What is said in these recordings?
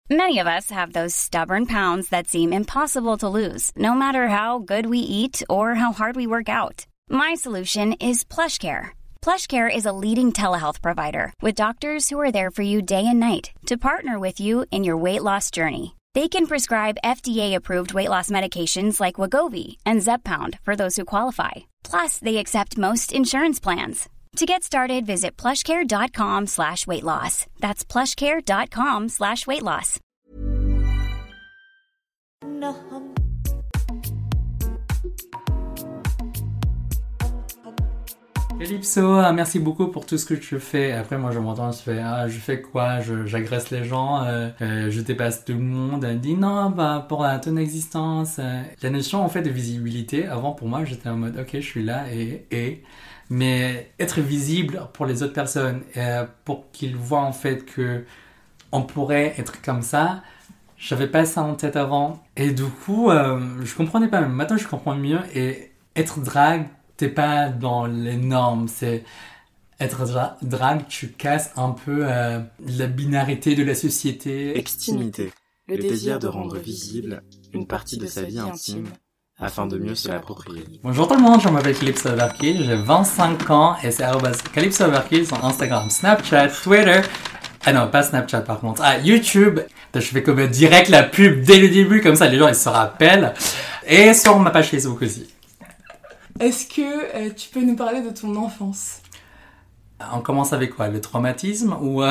Many of us have those stubborn pounds that seem impossible to lose, no matter how good we eat or how hard we work out. My solution is PlushCare. PlushCare is a leading telehealth provider with doctors who are there for you day and night to partner with you in your weight loss journey. They can prescribe FDA-approved weight loss medications like Wegovy and Zepbound for those who qualify. Plus, they accept most insurance plans. To get started, visit plushcare.com/weightloss. That's plushcare.com/weightloss. Calypso, merci beaucoup pour tout ce que tu fais. Après, moi, je m'entends, je fais quoi? J'agresse les gens, je dépasse tout le monde. Elle dit non, pour ton existence. La notion, en fait, de visibilité, avant, pour moi, j'étais en mode, ok, je suis là mais être visible pour les autres personnes, pour qu'ils voient, en fait, que on pourrait être comme ça. J'avais pas ça en tête avant. Et du coup, je comprenais pas. Même maintenant, je comprends mieux. Et être drague, t'es pas dans les normes. C'est être drague, tu casses un peu la binarité de la société. Extimité, le désir de rendre visible une partie de sa vie intime afin de mieux se l'approprier. Bonjour tout le monde, je m'appelle Calypso Overkill, j'ai 25 ans et c'est Calypso Overkill sur Instagram, Snapchat, Twitter. Ah non, pas Snapchat par contre. YouTube. Je fais comme direct la pub dès le début, comme ça les gens ils se rappellent. Et sur ma page Facebook aussi. Est-ce que tu peux nous parler de ton enfance ? On commence avec quoi ? Le traumatisme ou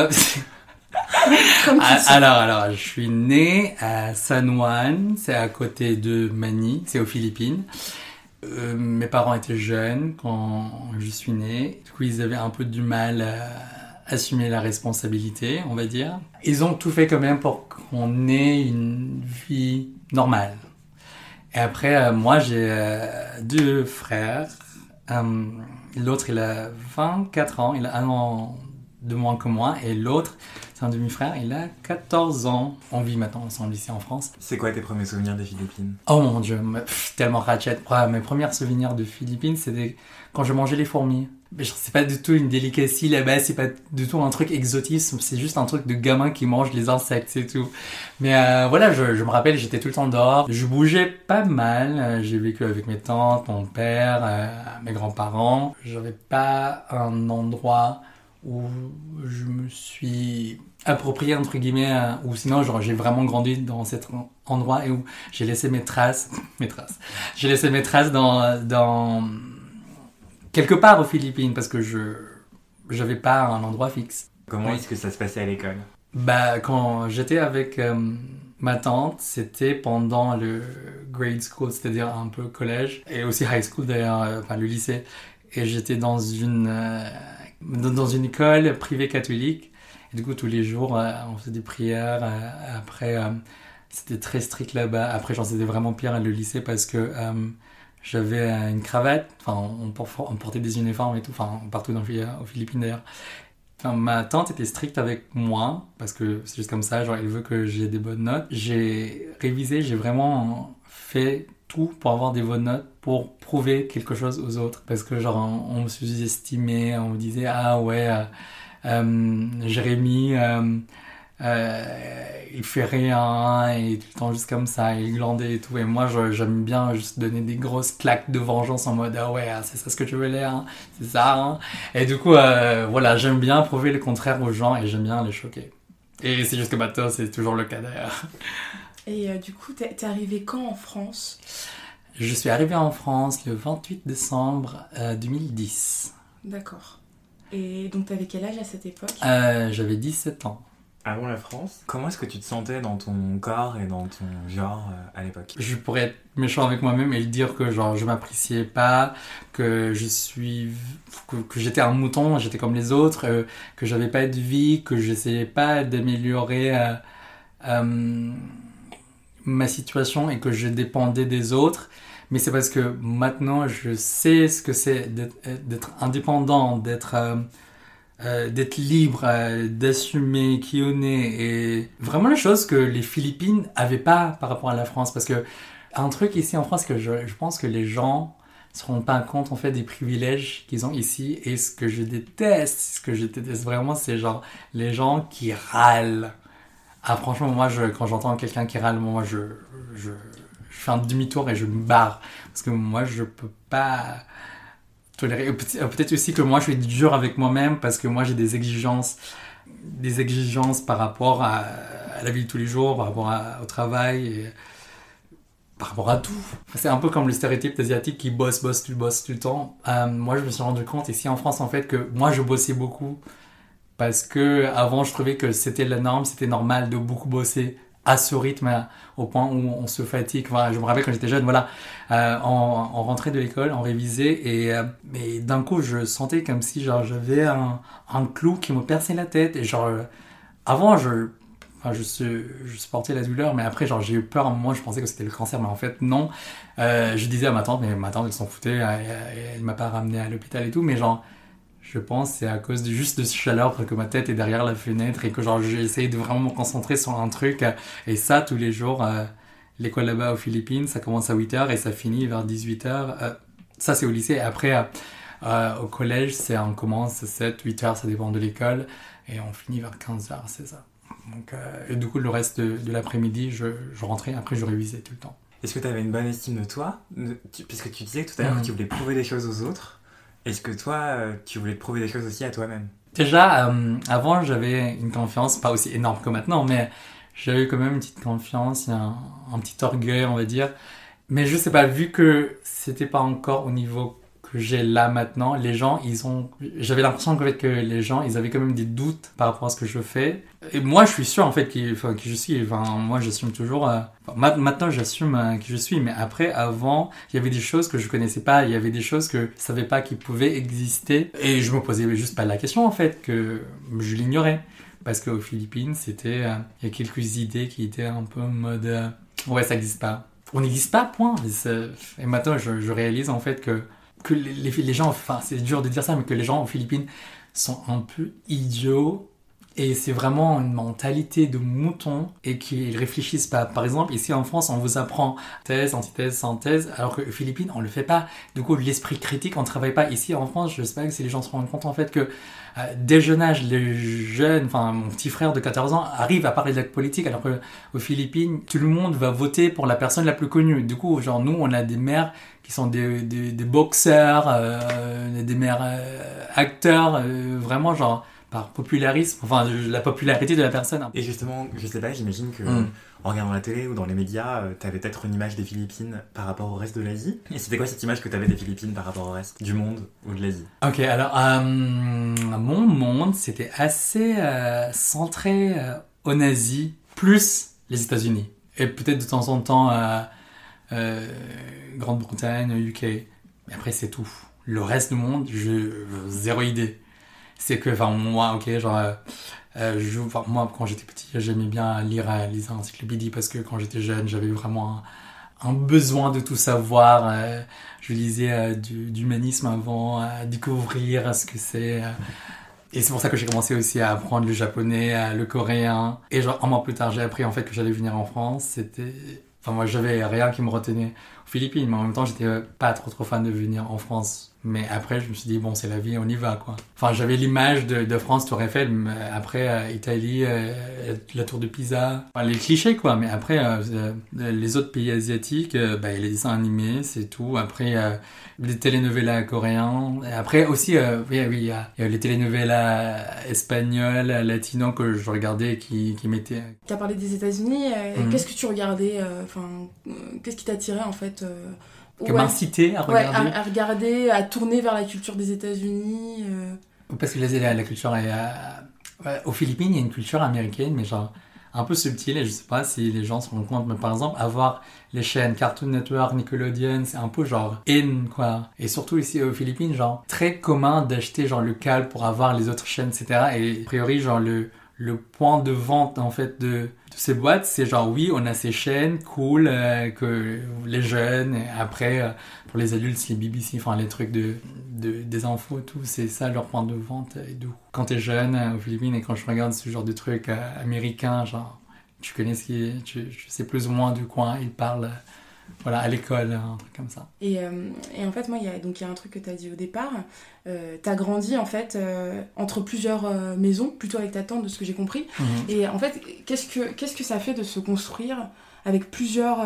alors, je suis né à San Juan, c'est à côté de Manille, c'est aux Philippines. Mes parents étaient jeunes quand je suis né. Du coup, ils avaient un peu du mal à assumer la responsabilité, on va dire. Ils ont tout fait quand même pour qu'on ait une vie normale. Et après, moi, j'ai 2 frères. L'autre, il a 24 ans. Il a 1 an de moins que moi. Et l'autre, c'est un demi-frère. Il a 14 ans. On vit maintenant ensemble ici en France. C'est quoi tes premiers souvenirs des Philippines ? Oh mon Dieu, tellement ratchet. Mes premiers souvenirs de Philippines, c'était quand je mangeais les fourmis. C'est pas du tout une délicatie là-bas, c'est pas du tout un truc exotisme, c'est juste un truc de gamin qui mange les insectes, c'est tout. Mais voilà, je me rappelle, j'étais tout le temps dehors, je bougeais pas mal, j'ai vécu avec mes tantes, mon père, mes grands-parents. J'avais pas un endroit où je me suis approprié entre guillemets, ou sinon genre j'ai vraiment grandi dans cet endroit et où j'ai laissé mes traces, j'ai laissé mes traces dans quelque part aux Philippines parce que j'avais pas un endroit fixe. Comment est-ce que ça se passait à l'école ? Quand j'étais avec ma tante, c'était pendant le grade school, c'est-à-dire un peu collège, et aussi high school d'ailleurs, le lycée. Et j'étais dans une école privée catholique. Et du coup, tous les jours, on faisait des prières. Après, c'était très strict là-bas. Après, c'était vraiment pire le lycée parce que j'avais une cravate. Enfin, on portait des uniformes et tout. Enfin, partout aux Philippines d'ailleurs. Enfin, ma tante était stricte avec moi parce que c'est juste comme ça. Genre, elle veut que j'ai des bonnes notes. J'ai révisé, j'ai vraiment fait tout pour avoir des bonnes notes, pour prouver quelque chose aux autres. Parce que genre, on me sous-estimait, on me disait « Ah ouais, Jérémy, il fait rien, et tout le temps juste comme ça, il glandait et tout. » Et moi, j'aime bien juste donner des grosses claques de vengeance en mode « Ah ouais, c'est ça ce que tu veux l'air, hein, c'est ça. Hein. » Et du coup, voilà, j'aime bien prouver le contraire aux gens et j'aime bien les choquer. Et c'est juste que maintenant, c'est toujours le cas d'ailleurs. Et du coup, t'es arrivé quand en France ? Je suis arrivé en France le 28 décembre 2010. D'accord. Et donc t'avais quel âge à cette époque ? J'avais 17 ans. Avant la France, comment est-ce que tu te sentais dans ton corps et dans ton genre à l'époque ? Je pourrais être méchant avec moi-même et dire que genre je m'appréciais pas, que que j'étais un mouton, j'étais comme les autres, que j'avais pas de vie, que j'essayais pas d'améliorer ma situation et que je dépendais des autres. Mais c'est parce que maintenant je sais ce que c'est d'être indépendant, d'être libre, d'assumer qui on est, et vraiment la chose que les Philippines avaient pas par rapport à la France. Parce que un truc ici en France que je pense que les gens se rendent pas compte en fait des privilèges qu'ils ont ici, et ce que je déteste vraiment, c'est genre les gens qui râlent. Ah, franchement, moi, quand j'entends quelqu'un qui râle, moi, je fais un demi-tour et je me barre. Parce que moi, je peux pas tolérer. Peut-être aussi que moi, je suis dur avec moi-même parce que moi, j'ai des exigences par rapport à la vie de tous les jours, par rapport au travail et par rapport à tout. C'est un peu comme le stéréotype asiatique qui bosse tout le temps. Moi, je me suis rendu compte ici en France, en fait, que moi, je bossais beaucoup parce que avant, je trouvais que c'était la norme, c'était normal de beaucoup bosser à ce rythme, au point où on se fatigue. Voilà, je me rappelle quand j'étais jeune, voilà, on rentrait de l'école, on révisait et d'un coup, je sentais comme si genre j'avais un clou qui me perçait la tête et genre avant, je supportais la douleur, mais après, genre, j'ai eu peur. Moi, je pensais que c'était le cancer, mais en fait, non. Je disais à ma tante, mais ma tante, elle s'en foutait. Elle m'a pas ramené à l'hôpital et tout, mais genre, je pense que c'est à cause juste de cette chaleur, parce que ma tête est derrière la fenêtre et que genre, j'ai essayé de vraiment me concentrer sur un truc. Et ça, tous les jours, l'école là-bas aux Philippines, ça commence à 8h et ça finit vers 18h. Ça, c'est au lycée. Après, au collège, on commence à 7, 8h, ça dépend de l'école. Et on finit vers 15h, c'est ça. Donc, et du coup, le reste de l'après-midi, je rentrais, après je révisais tout le temps. Est-ce que tu avais une bonne estime de toi ? Puisque tu disais tout à l'heure que tu voulais prouver des choses aux autres. Est-ce que toi, tu voulais te prouver des choses aussi à toi-même ? Déjà, avant, j'avais une confiance, pas aussi énorme que maintenant, mais j'avais quand même une petite confiance, un petit orgueil, on va dire. Mais je sais pas, vu que c'était pas encore au niveau que j'ai là maintenant, les gens, j'avais l'impression que les gens, ils avaient quand même des doutes par rapport à ce que je fais. Et moi, je suis sûr, en fait, qui je suis. Enfin, moi, j'assume toujours. Maintenant, j'assume qui je suis. Mais après, avant, il y avait des choses que je connaissais pas. Il y avait des choses que je savais pas qui pouvaient exister. Et je me posais juste pas la question, en fait, que je l'ignorais. Parce qu'aux Philippines, il y a quelques idées qui étaient un peu en mode, ouais, ça n'existe pas. On n'existe pas, point. Et maintenant, je réalise, en fait, que les gens, enfin c'est dur de dire ça, mais que les gens aux Philippines sont un peu idiots et c'est vraiment une mentalité de mouton et qu'ils réfléchissent pas. Par exemple, ici en France, on vous apprend thèse, antithèse, synthèse, alors qu'aux Philippines, on le fait pas. Du coup, l'esprit critique, on travaille pas. Ici en France, je sais pas si les gens se rendent compte en fait que dès jeune âge, les jeunes, enfin mon petit frère de 14 ans arrive à parler de la politique, alors qu'aux Philippines, tout le monde va voter pour la personne la plus connue. Du coup, genre nous, on a des maires qui sont des boxeurs, des maires acteurs, vraiment genre par popularisme, enfin la popularité de la personne. Et justement, je sais pas, j'imagine que en regardant la télé ou dans les médias, t'avais peut-être une image des Philippines par rapport au reste de l'Asie. Et c'était quoi cette image que t'avais des Philippines par rapport au reste du monde ou de l'Asie ? Ok, alors mon monde, c'était assez centré en Asie, plus les États-Unis. Et peut-être de temps en temps Grande-Bretagne, UK. Mais après, c'est tout. Le reste du monde, zéro idée. C'est que, enfin, moi, ok, genre, moi, quand j'étais petit, j'aimais bien lire les encyclopédies parce que quand j'étais jeune, j'avais vraiment un besoin de tout savoir. Je lisais d'humanisme avant, découvrir ce que c'est. Et c'est pour ça que j'ai commencé aussi à apprendre le japonais, le coréen. Et genre, un mois plus tard, j'ai appris en fait que j'allais venir en France. Enfin, moi, j'avais rien qui me retenait aux Philippines, mais en même temps, j'étais pas trop fan de venir en France. Mais après, je me suis dit, bon, c'est la vie, on y va, quoi. Enfin, j'avais l'image de France, Tour Eiffel, mais après, Italie, la Tour de Pisa. Enfin, les clichés, quoi. Mais après, les autres pays asiatiques, les dessins animés, c'est tout. Après, les telenovelas coréens. Et après, aussi, il y a les telenovelas espagnols, latinos que je regardais et qui mettaient... Tu as parlé des États-Unis. Qu'est-ce que tu regardais qu'est-ce qui t'attirait, en fait Qui m'a incité à regarder. Ouais, à regarder, à tourner vers la culture des États-Unis. Parce que la culture est... aux Philippines, il y a une culture américaine, mais genre un peu subtile, et je sais pas si les gens se rendent compte, mais par exemple, avoir les chaînes Cartoon Network, Nickelodeon, c'est un peu genre in, quoi. Et surtout ici aux Philippines, genre très commun d'acheter genre le câble pour avoir les autres chaînes, etc. Et a priori, genre le point de vente en fait de ces boîtes, c'est genre oui, on a ces chaînes cool que les jeunes, et après pour les adultes, c'est les BBC, enfin les trucs des infos, tout, c'est ça leur point de vente. Et donc quand t'es jeune aux Philippines et quand je regarde ce genre de trucs américains, genre tu connais tu sais plus ou moins du coin ils parlent voilà, à l'école, un truc comme ça. Et en fait, moi, il y a un truc que tu as dit au départ. Tu as grandi, en fait, entre plusieurs maisons, plutôt avec ta tante, de ce que j'ai compris. Et en fait, qu'est-ce que ça fait de se construire avec plusieurs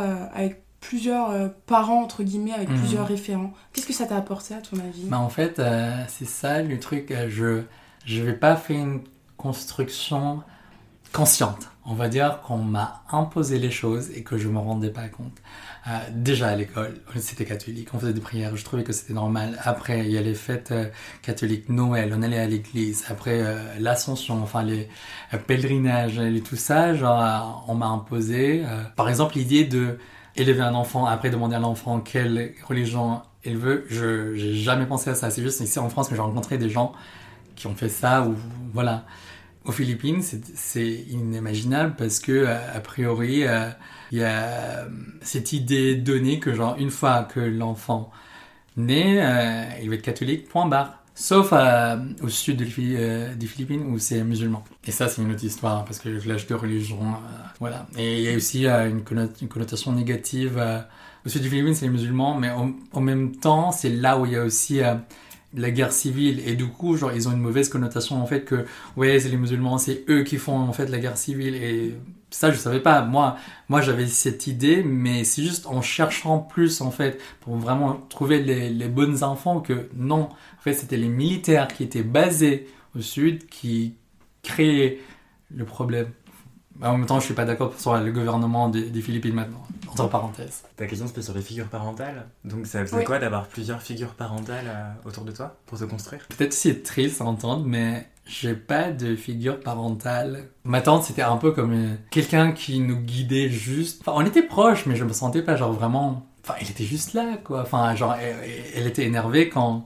parents, entre guillemets, avec plusieurs référents? Qu'est-ce que ça t'a apporté, à ton avis? En fait, c'est ça le truc. Je vais pas faire une construction consciente. On va dire qu'on m'a imposé les choses et que je me rendais pas compte. Déjà à l'école, c'était catholique, on faisait des prières, je trouvais que c'était normal. Après, il y a les fêtes catholiques, Noël, on allait à l'église. Après, l'Ascension, enfin les pèlerinages et tout ça, genre, on m'a imposé. Par exemple, l'idée de élever un enfant, après demander à l'enfant quelle religion il veut, j'ai jamais pensé à ça. C'est juste ici en France que j'ai rencontré des gens qui ont fait ça, ou voilà. Aux Philippines, c'est inimaginable parce que, a priori, il y a cette idée donnée que, genre, une fois que l'enfant naît, il va être catholique, point barre. Sauf au sud des Philippines où c'est musulman. Et ça, c'est une autre histoire parce que l'âge de religion, voilà. Et il y a aussi une connotation négative. Au sud des Philippines, c'est les musulmans, mais en même temps, c'est là où il y a aussi la guerre civile, et du coup, genre, ils ont une mauvaise connotation, en fait, que, ouais, c'est les musulmans, c'est eux qui font, en fait, la guerre civile, et ça, je savais pas. Moi, j'avais cette idée, mais c'est juste en cherchant plus, en fait, pour vraiment trouver les bonnes infos, que non, en fait, c'était les militaires qui étaient basés au sud qui créaient le problème. En même temps, je suis pas d'accord sur le gouvernement des Philippines maintenant, entre parenthèses. Ta question c'était sur les figures parentales. Donc ça faisait quoi d'avoir plusieurs figures parentales autour de toi pour se construire? Peut-être c'est triste à entendre, mais j'ai pas de figure parentale. Ma tante, c'était un peu comme quelqu'un qui nous guidait juste. Enfin, on était proches, mais je me sentais pas genre vraiment... Enfin, elle était juste là, quoi. Enfin, genre, elle était énervée quand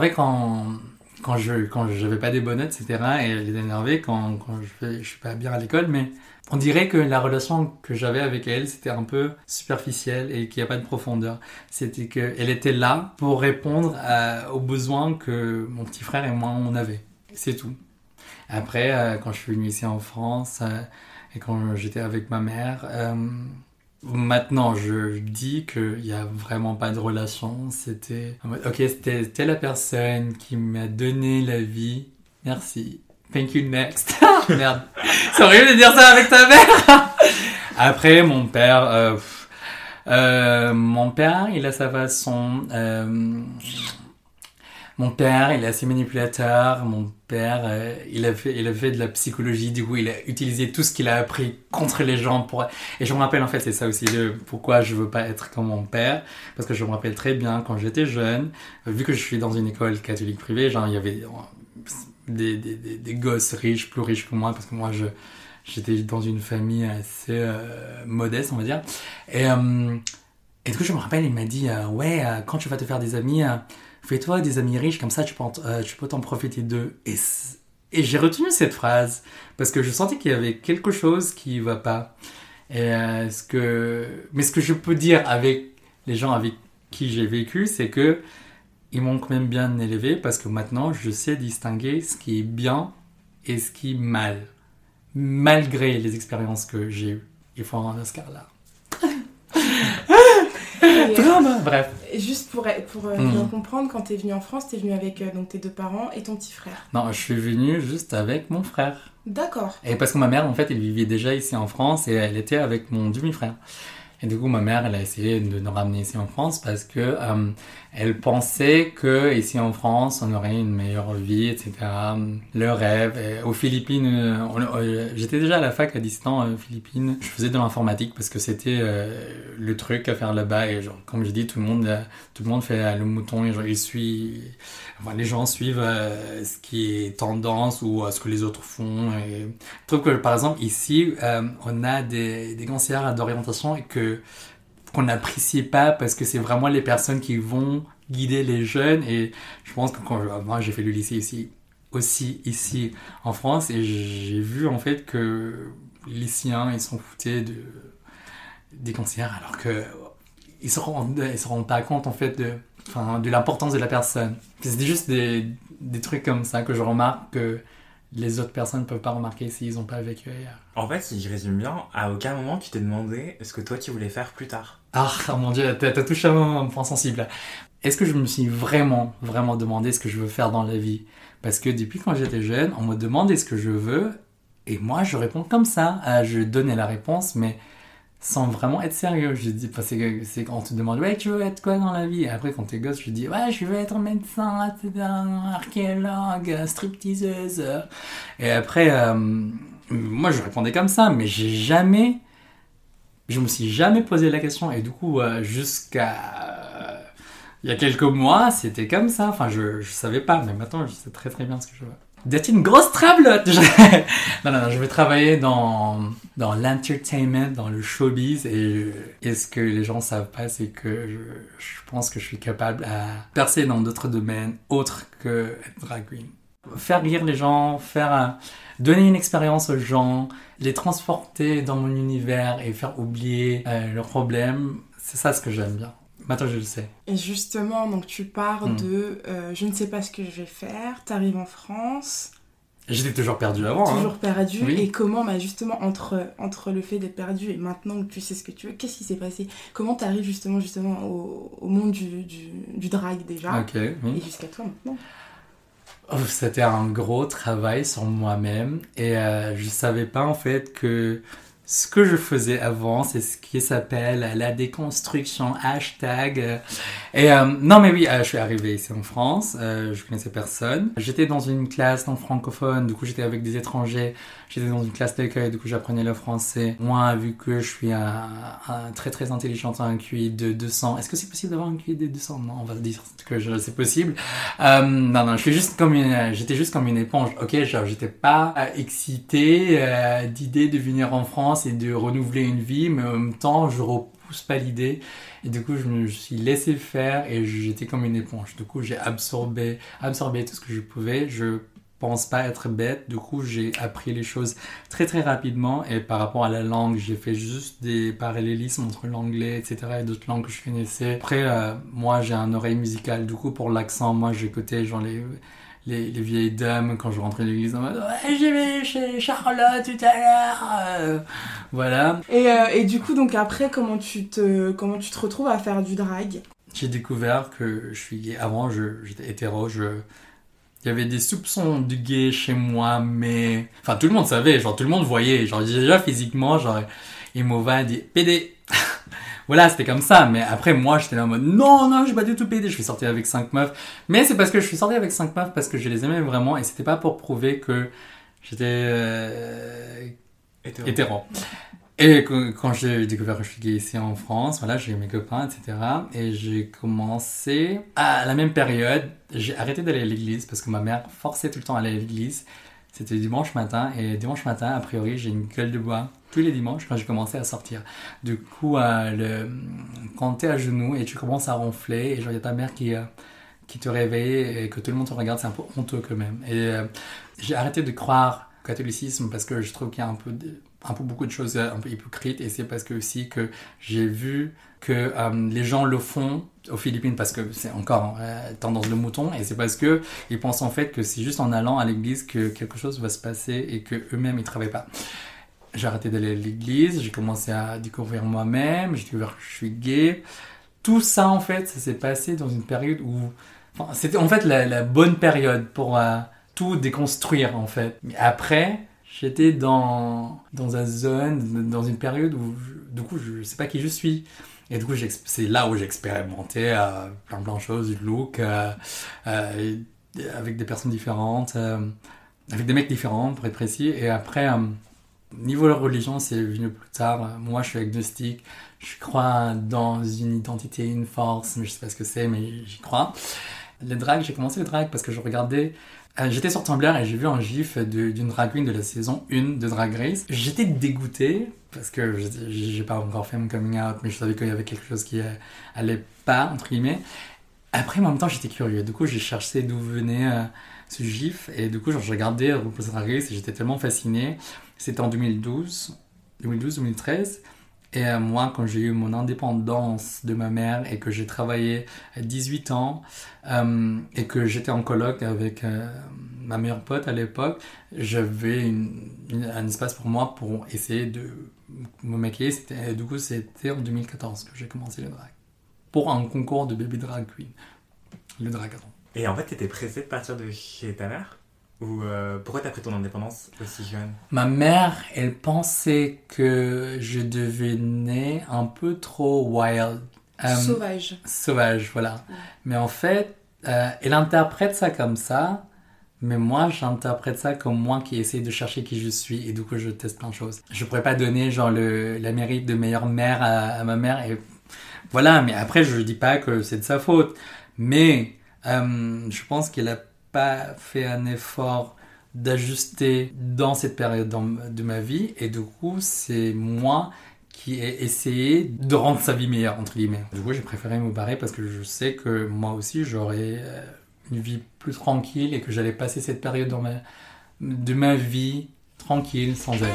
j'avais pas des bonnes notes, etc. Et elle était énervée quand je suis pas bien à l'école, mais on dirait que la relation que j'avais avec elle, c'était un peu superficielle et qu'il n'y a pas de profondeur. C'était qu'elle était là pour répondre aux besoins que mon petit frère et moi, on avait. C'est tout. Après, quand je suis venu ici en France et quand j'étais avec ma mère... Maintenant, je dis qu'il n'y a vraiment pas de relation. C'était en mode, ok, c'était la personne qui m'a donné la vie. Merci. Thank you, next. Merde. C'est horrible de dire ça avec ta mère. Après, mon père, il a sa façon. Mon père, il est assez manipulateur. Mon père, il a fait de la psychologie. Du coup, il a utilisé tout ce qu'il a appris contre les gens pour... Et je me rappelle, en fait, c'est ça aussi pourquoi je veux pas être comme mon père. Parce que je me rappelle très bien, quand j'étais jeune, vu que je suis dans une école catholique privée, genre, il y avait des gosses riches, plus riches que moi, parce que moi, j'étais dans une famille assez modeste, on va dire. Et du coup, je me rappelle, il m'a dit, ouais, quand tu vas te faire des amis... fais-toi des amis riches, comme ça tu peux t'en profiter d'eux. Et j'ai retenu cette phrase, parce que je sentais qu'il y avait quelque chose qui ne va pas. Mais ce que je peux dire avec les gens avec qui j'ai vécu, c'est que ils m'ont quand même bien élevé, parce que maintenant je sais distinguer ce qui est bien et ce qui est mal. Malgré les expériences que j'ai eues. Il faut un Oscar là. Drame. Bref. Juste pour bien comprendre, quand t'es venu en France, t'es venu avec donc tes deux parents et ton petit frère. Non, je suis venu juste avec mon frère. D'accord. Et parce que ma mère, en fait, elle vivait déjà ici en France et elle était avec mon demi-frère. Et du coup, ma mère, elle a essayé de nous ramener ici en France parce que elle pensait que ici en France, on aurait une meilleure vie, etc. Le rêve. Et aux Philippines, j'étais déjà à la fac à 17 ans aux Philippines. Je faisais de l'informatique parce que c'était le truc à faire là-bas. Et genre, comme je dis, tout le monde fait le mouton et genre, les gens suivent ce qui est tendance ou ce que les autres font. Et je trouve que, par exemple, ici, on a des conseillères d'orientation et qu'on n'apprécie pas parce que c'est vraiment les personnes qui vont guider les jeunes. Et je pense que moi, j'ai fait le lycée ici en France, et j'ai vu en fait que les lycéens, ils s'en foutaient des conseillères, alors que ils se rendent pas compte en fait de l'importance de la personne. C'était juste des trucs comme ça que je remarque, que les autres personnes ne peuvent pas remarquer s'ils n'ont pas vécu ailleurs. En fait, si je résume bien, à aucun moment tu t'es demandé ce que toi tu voulais faire plus tard. Ah, oh mon Dieu, t'as touché à un point sensible. Est-ce que je me suis vraiment demandé ce que je veux faire dans la vie? Parce que depuis quand j'étais jeune, on me demandait ce que je veux, et moi je réponds comme ça. Je donnais la réponse, mais sans vraiment être sérieux. Je dis, c'est quand on te demande, ouais, tu veux être quoi dans la vie? Et après, quand t'es gosse, je dis, ouais, je veux être médecin, archéologue, stripteaseuse. Et après, moi, je répondais comme ça, mais je me suis jamais posé la question. Et du coup, jusqu'à il y a quelques mois, c'était comme ça. Enfin, je savais pas, mais maintenant, je sais très bien ce que je veux. D'être une grosse trablote. Non, je vais travailler dans l'entertainment, dans le showbiz, et ce que les gens savent pas, c'est que je pense que je suis capable à percer dans d'autres domaines autres que être drag queen. Faire rire les gens, donner une expérience aux gens, les transporter dans mon univers et faire oublier leurs problèmes, c'est ça ce que j'aime bien. Maintenant, je le sais. Et justement, donc tu pars de je ne sais pas ce que je vais faire, t'arrives en France. J'étais toujours perdu avant. Toujours perdu. Oui. Et comment, justement, entre le fait d'être perdu et maintenant que tu sais ce que tu veux, qu'est-ce qui s'est passé? Comment t'arrives justement au monde du drag déjà? Ok, oui. Et jusqu'à toi maintenant? C'était un gros travail sur moi-même. Et je savais pas en fait que ce que je faisais avant, c'est ce qui s'appelle la déconstruction, hashtag. Non mais oui, je suis arrivé ici en France, je connaissais personne. J'étais dans une classe non francophone, du coup j'étais avec des étrangers. J'étais dans une classe d'accueil, du coup j'apprenais le français. Moi, vu que je suis un très intelligent, un QI de 200. Est-ce que c'est possible d'avoir un QI de 200? Non, on va dire que c'est possible. Non, j'étais juste comme une éponge. Ok, genre j'étais pas excité d'idée de venir en France et de renouveler une vie, mais en même temps, je repousse pas l'idée. Et du coup, je me suis laissé faire et j'étais comme une éponge. Du coup, j'ai absorbé tout ce que je pouvais. Je pense pas être bête. Du coup, j'ai appris les choses très rapidement. Et par rapport à la langue, j'ai fait juste des parallélismes entre l'anglais, etc. et d'autres langues que je connaissais. Après, moi, j'ai un oreille musicale. Du coup, pour l'accent, moi, j'écoutais genre les vieilles dames quand je rentrais à l'église en mode ouais, j'y vais chez Charlotte tout à l'heure. Voilà. Et du coup, donc après, comment tu te retrouves à faire du drag? J'ai découvert que je suis gay. Avant, j'étais hétéro. Il y avait des soupçons de gay chez moi, mais... Enfin, tout le monde savait, genre tout le monde voyait. Genre déjà physiquement, genre Imova dit PD. Voilà, c'était comme ça. Mais après, moi, j'étais là en mode non, je suis pas du tout PD. Je suis sorti avec 5 meufs. Mais c'est parce que je suis sorti avec 5 meufs parce que je les aimais vraiment et c'était pas pour prouver que j'étais hétéro. Et quand j'ai découvert que je suis gay ici en France, voilà, j'ai eu mes copains, etc. Et j'ai commencé à la même période. J'ai arrêté d'aller à l'église parce que ma mère forçait tout le temps à aller à l'église. C'était dimanche matin. Et dimanche matin, a priori, j'ai une gueule de bois tous les dimanches quand j'ai commencé à sortir. Du coup, quand t'es à genoux et tu commences à ronfler, et genre, il y a ta mère qui te réveille et que tout le monde te regarde, c'est un peu honteux quand même. Et j'ai arrêté de croire au catholicisme parce que je trouve qu'il y a un peu beaucoup de choses un peu hypocrites, et c'est parce que aussi que j'ai vu que les gens le font aux Philippines parce que c'est encore tendance de mouton, et c'est parce que ils pensent en fait que c'est juste en allant à l'église que quelque chose va se passer et que eux-mêmes ils travaillent pas. J'ai arrêté d'aller à l'église, j'ai commencé à découvrir moi-même, j'ai découvert que je suis gay. Tout ça en fait, ça s'est passé dans une période où c'était en fait la bonne période pour tout déconstruire en fait. Mais après, j'étais dans une période où du coup je sais pas qui je suis. Et du coup c'est là où j'ai expérimenté plein de choses, du look, avec des personnes différentes, avec des mecs différents pour être précis. Et après, niveau de la religion, c'est venu plus tard. Moi je suis agnostique, je crois dans une identité, une force, mais je sais pas ce que c'est, mais j'y crois. Le drag, j'ai commencé le drag parce que je regardais... J'étais sur Tumblr et j'ai vu un gif d'une drag queen de la saison 1 de Drag Race. J'étais dégoûté parce que j'ai pas encore fait mon coming out, mais je savais qu'il y avait quelque chose qui allait pas, entre guillemets. Après, en même temps, j'étais curieux. Du coup, j'ai cherché d'où venait ce gif, et du coup, je regardais RuPaul's Drag Race et j'étais tellement fasciné. C'était en 2012-2013. Et moi, quand j'ai eu mon indépendance de ma mère et que j'ai travaillé à 18 ans et que j'étais en coloc avec ma meilleure pote à l'époque, j'avais un espace pour moi pour essayer de me maquiller. Du coup, c'était en 2014 que j'ai commencé le drag. Pour un concours de baby drag queen. Le dragadon. Et en fait, t'étais pressée de partir de chez ta mère ? Ou pourquoi t'as pris ton indépendance aussi jeune ? Ma mère, elle pensait que je devenais un peu trop wild. Sauvage, voilà. Ouais. Mais en fait, elle interprète ça comme ça, mais moi, j'interprète ça comme moi qui essaie de chercher qui je suis, et du coup, je teste plein de choses. Je pourrais pas donner genre la mérite de meilleure mère à ma mère, et voilà, mais après, je dis pas que c'est de sa faute. Mais je pense qu'elle a pas fait un effort d'ajuster dans cette période de ma vie, et du coup, c'est moi qui ai essayé de rendre sa vie meilleure, entre guillemets. Du coup, j'ai préféré me barrer parce que je sais que moi aussi, j'aurais une vie plus tranquille et que j'allais passer cette période de ma vie tranquille sans elle.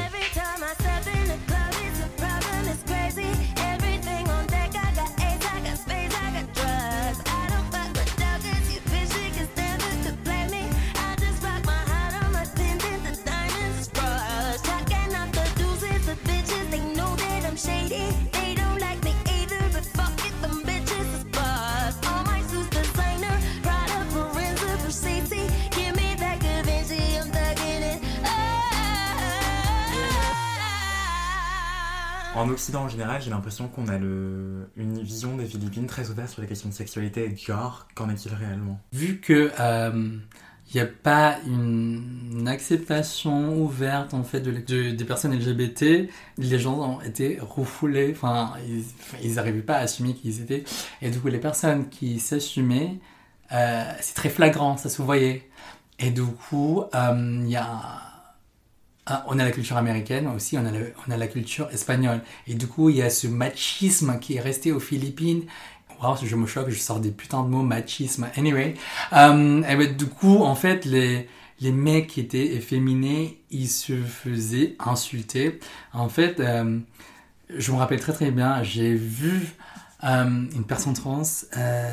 En Occident en général, j'ai l'impression qu'on a une vision des Philippines très ouverte sur les questions de sexualité et de genre. Qu'en est-il réellement ? Vu que il n'y a pas une acceptation ouverte en fait des personnes LGBT, les gens ont été refoulés, enfin ils n'arrivaient pas à assumer qui ils étaient, et du coup les personnes qui s'assumaient, c'est très flagrant, ça se voyait, et du coup il y a on a la culture américaine aussi, on a la culture espagnole, et du coup il y a ce machisme qui est resté aux Philippines. Wow, je me choque, je sors des putains de mots, machisme. Anyway, et ben, du coup, en fait, les mecs qui étaient efféminés, ils se faisaient insulter. En fait, je me rappelle très très bien, j'ai vu une personne trans se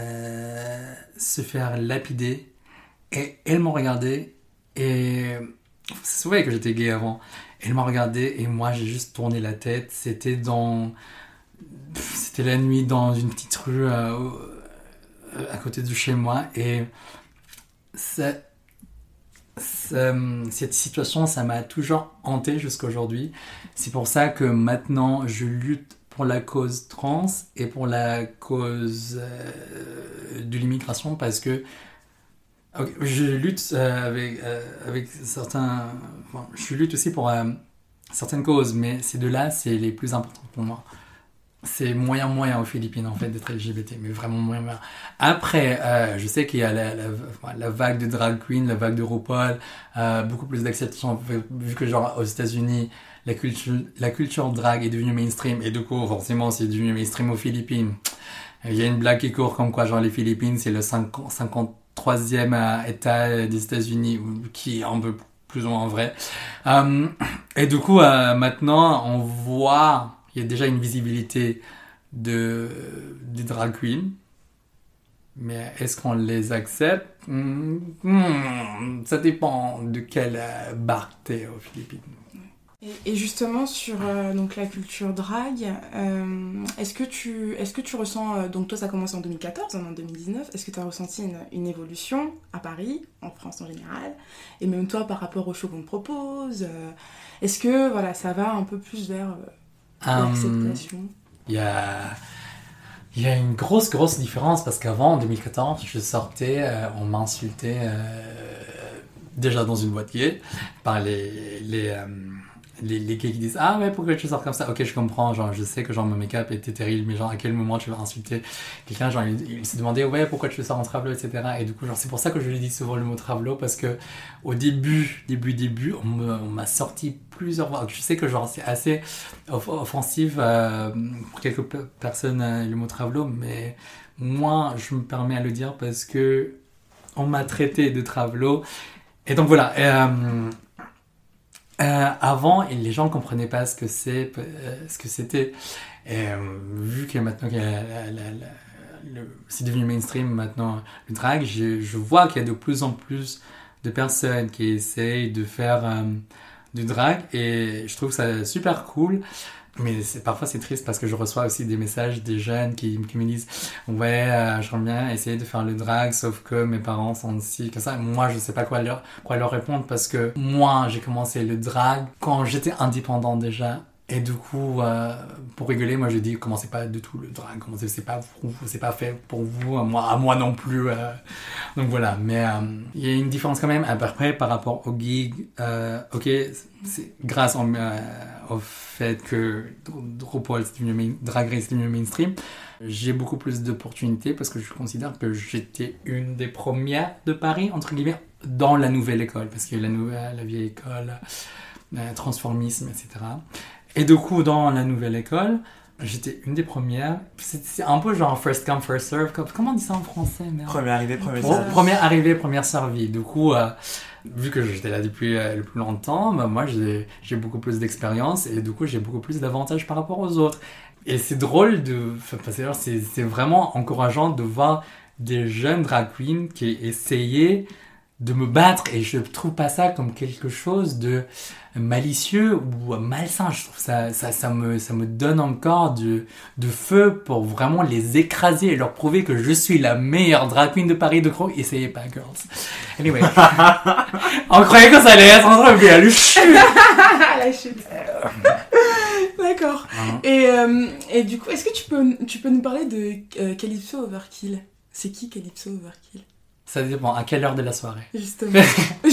faire lapider, et elle m'a regardé, et c'est vrai que j'étais gay avant. Elle m'a regardé et moi j'ai juste tourné la tête. C'était la nuit dans une petite rue à côté de chez moi, et cette situation, ça m'a toujours hanté jusqu'à aujourd'hui. C'est pour ça que maintenant je lutte pour la cause trans et pour la cause de l'immigration, parce que je lutte avec certains... Enfin, je lutte aussi pour certaines causes, mais ces deux-là, c'est les plus importantes pour moi. C'est moyen aux Philippines, en fait, d'être LGBT, mais vraiment moyen. Après, je sais qu'il y a la vague de drag queen, la vague de RuPaul, beaucoup plus d'acceptation, vu que genre aux États-Unis, la culture drag est devenue mainstream, et du coup, forcément, c'est devenu mainstream aux Philippines. Il y a une blague qui court comme quoi, genre, les Philippines, c'est le 53e État des États-Unis, qui est un peu plus ou moins vrai. Et du coup, maintenant, on voit... Il y a déjà une visibilité des drag queens, mais est-ce qu'on les accepte ? Ça dépend de quelle barque t'es aux Philippines. Et justement sur donc la culture drag, est-ce que tu ressens, donc toi ça commence en 2014, en 2019, est-ce que tu as ressenti une évolution à Paris, en France en général, et même toi par rapport aux shows qu'on te propose, est-ce que voilà, ça va un peu plus vers l'acceptation ? Il y a une grosse différence, parce qu'avant, en 2014, je sortais, on m'insultait déjà dans une boîte gay par les gays qui disent « Ah ouais, pourquoi tu sors comme ça ?» Ok, je comprends, genre, je sais que genre, mon make-up était terrible, mais genre, à quel moment tu vas insulter quelqu'un, genre, il s'est demandé « Ouais, pourquoi tu sors en travelo, etc. » Et du coup, genre, c'est pour ça que je lui dis souvent le mot travelo, parce que au début, on m'a sorti plusieurs fois. Je sais que genre, c'est assez offensif pour quelques personnes, le mot travelo, mais moi, je me permets à le dire parce que on m'a traité de travelo. Et donc voilà, avant, les gens ne comprenaient pas ce que c'était. Et vu que maintenant c'est devenu mainstream, maintenant, le drag, je vois qu'il y a de plus en plus de personnes qui essayent de faire du drag et je trouve ça super cool. Mais parfois c'est triste parce que je reçois aussi des messages des jeunes qui me disent ouais j'aimerais bien essayer de faire le drag sauf que mes parents sont aussi comme ça. Moi je sais pas quoi leur répondre parce que moi j'ai commencé le drag quand j'étais indépendant déjà. Et du coup, pour rigoler, moi je dis commencez pas du tout le drag, c'est pas fait pour vous, à moi non plus. Donc voilà, mais il y a une différence quand même. Après, par rapport au gig, ok, c'est grâce au fait que RuPaul, Drag Race est devenu mainstream, j'ai beaucoup plus d'opportunités parce que je considère que j'étais une des premières de Paris, entre guillemets, dans la nouvelle école, parce qu'il y a la vieille école, transformisme, etc. Et du coup, dans la nouvelle école, j'étais une des premières. C'est un peu genre first come, first serve. Comment on dit ça en français, merde? Première arrivée, première servie. Première arrivée, première servie. Du coup, vu que j'étais là depuis le plus longtemps, moi, j'ai beaucoup plus d'expérience et du coup, j'ai beaucoup plus d'avantages par rapport aux autres. Et c'est drôle c'est vraiment encourageant de voir des jeunes drag queens qui essayaient de me battre et je trouve pas ça comme quelque chose de malicieux ou malsain. Je trouve ça me donne encore de feu pour vraiment les écraser et leur prouver que je suis la meilleure drag queen de Paris de Croix. Essayez pas, girls. Anyway. On croyait que ça allait être en train de la chute. La chute. D'accord. Et du coup, est-ce que tu peux nous parler de Calypso Overkill? C'est qui Calypso Overkill? Ça dépend, à quelle heure de la soirée? Justement.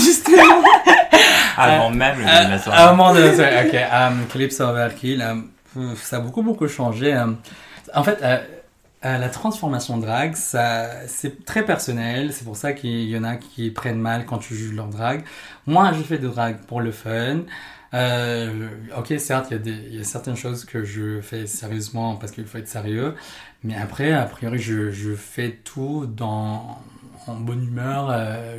Avant même de la soirée. Avant de la soirée, ok. Calypso Overkill, ça a beaucoup changé. En fait, la transformation drag, c'est très personnel. C'est pour ça qu'il y en a qui prennent mal quand tu juges leur drag. Moi, je fais de drag pour le fun. Ok, certes, il y a certaines choses que je fais sérieusement parce qu'il faut être sérieux. Mais après, a priori, je fais tout en bonne humeur,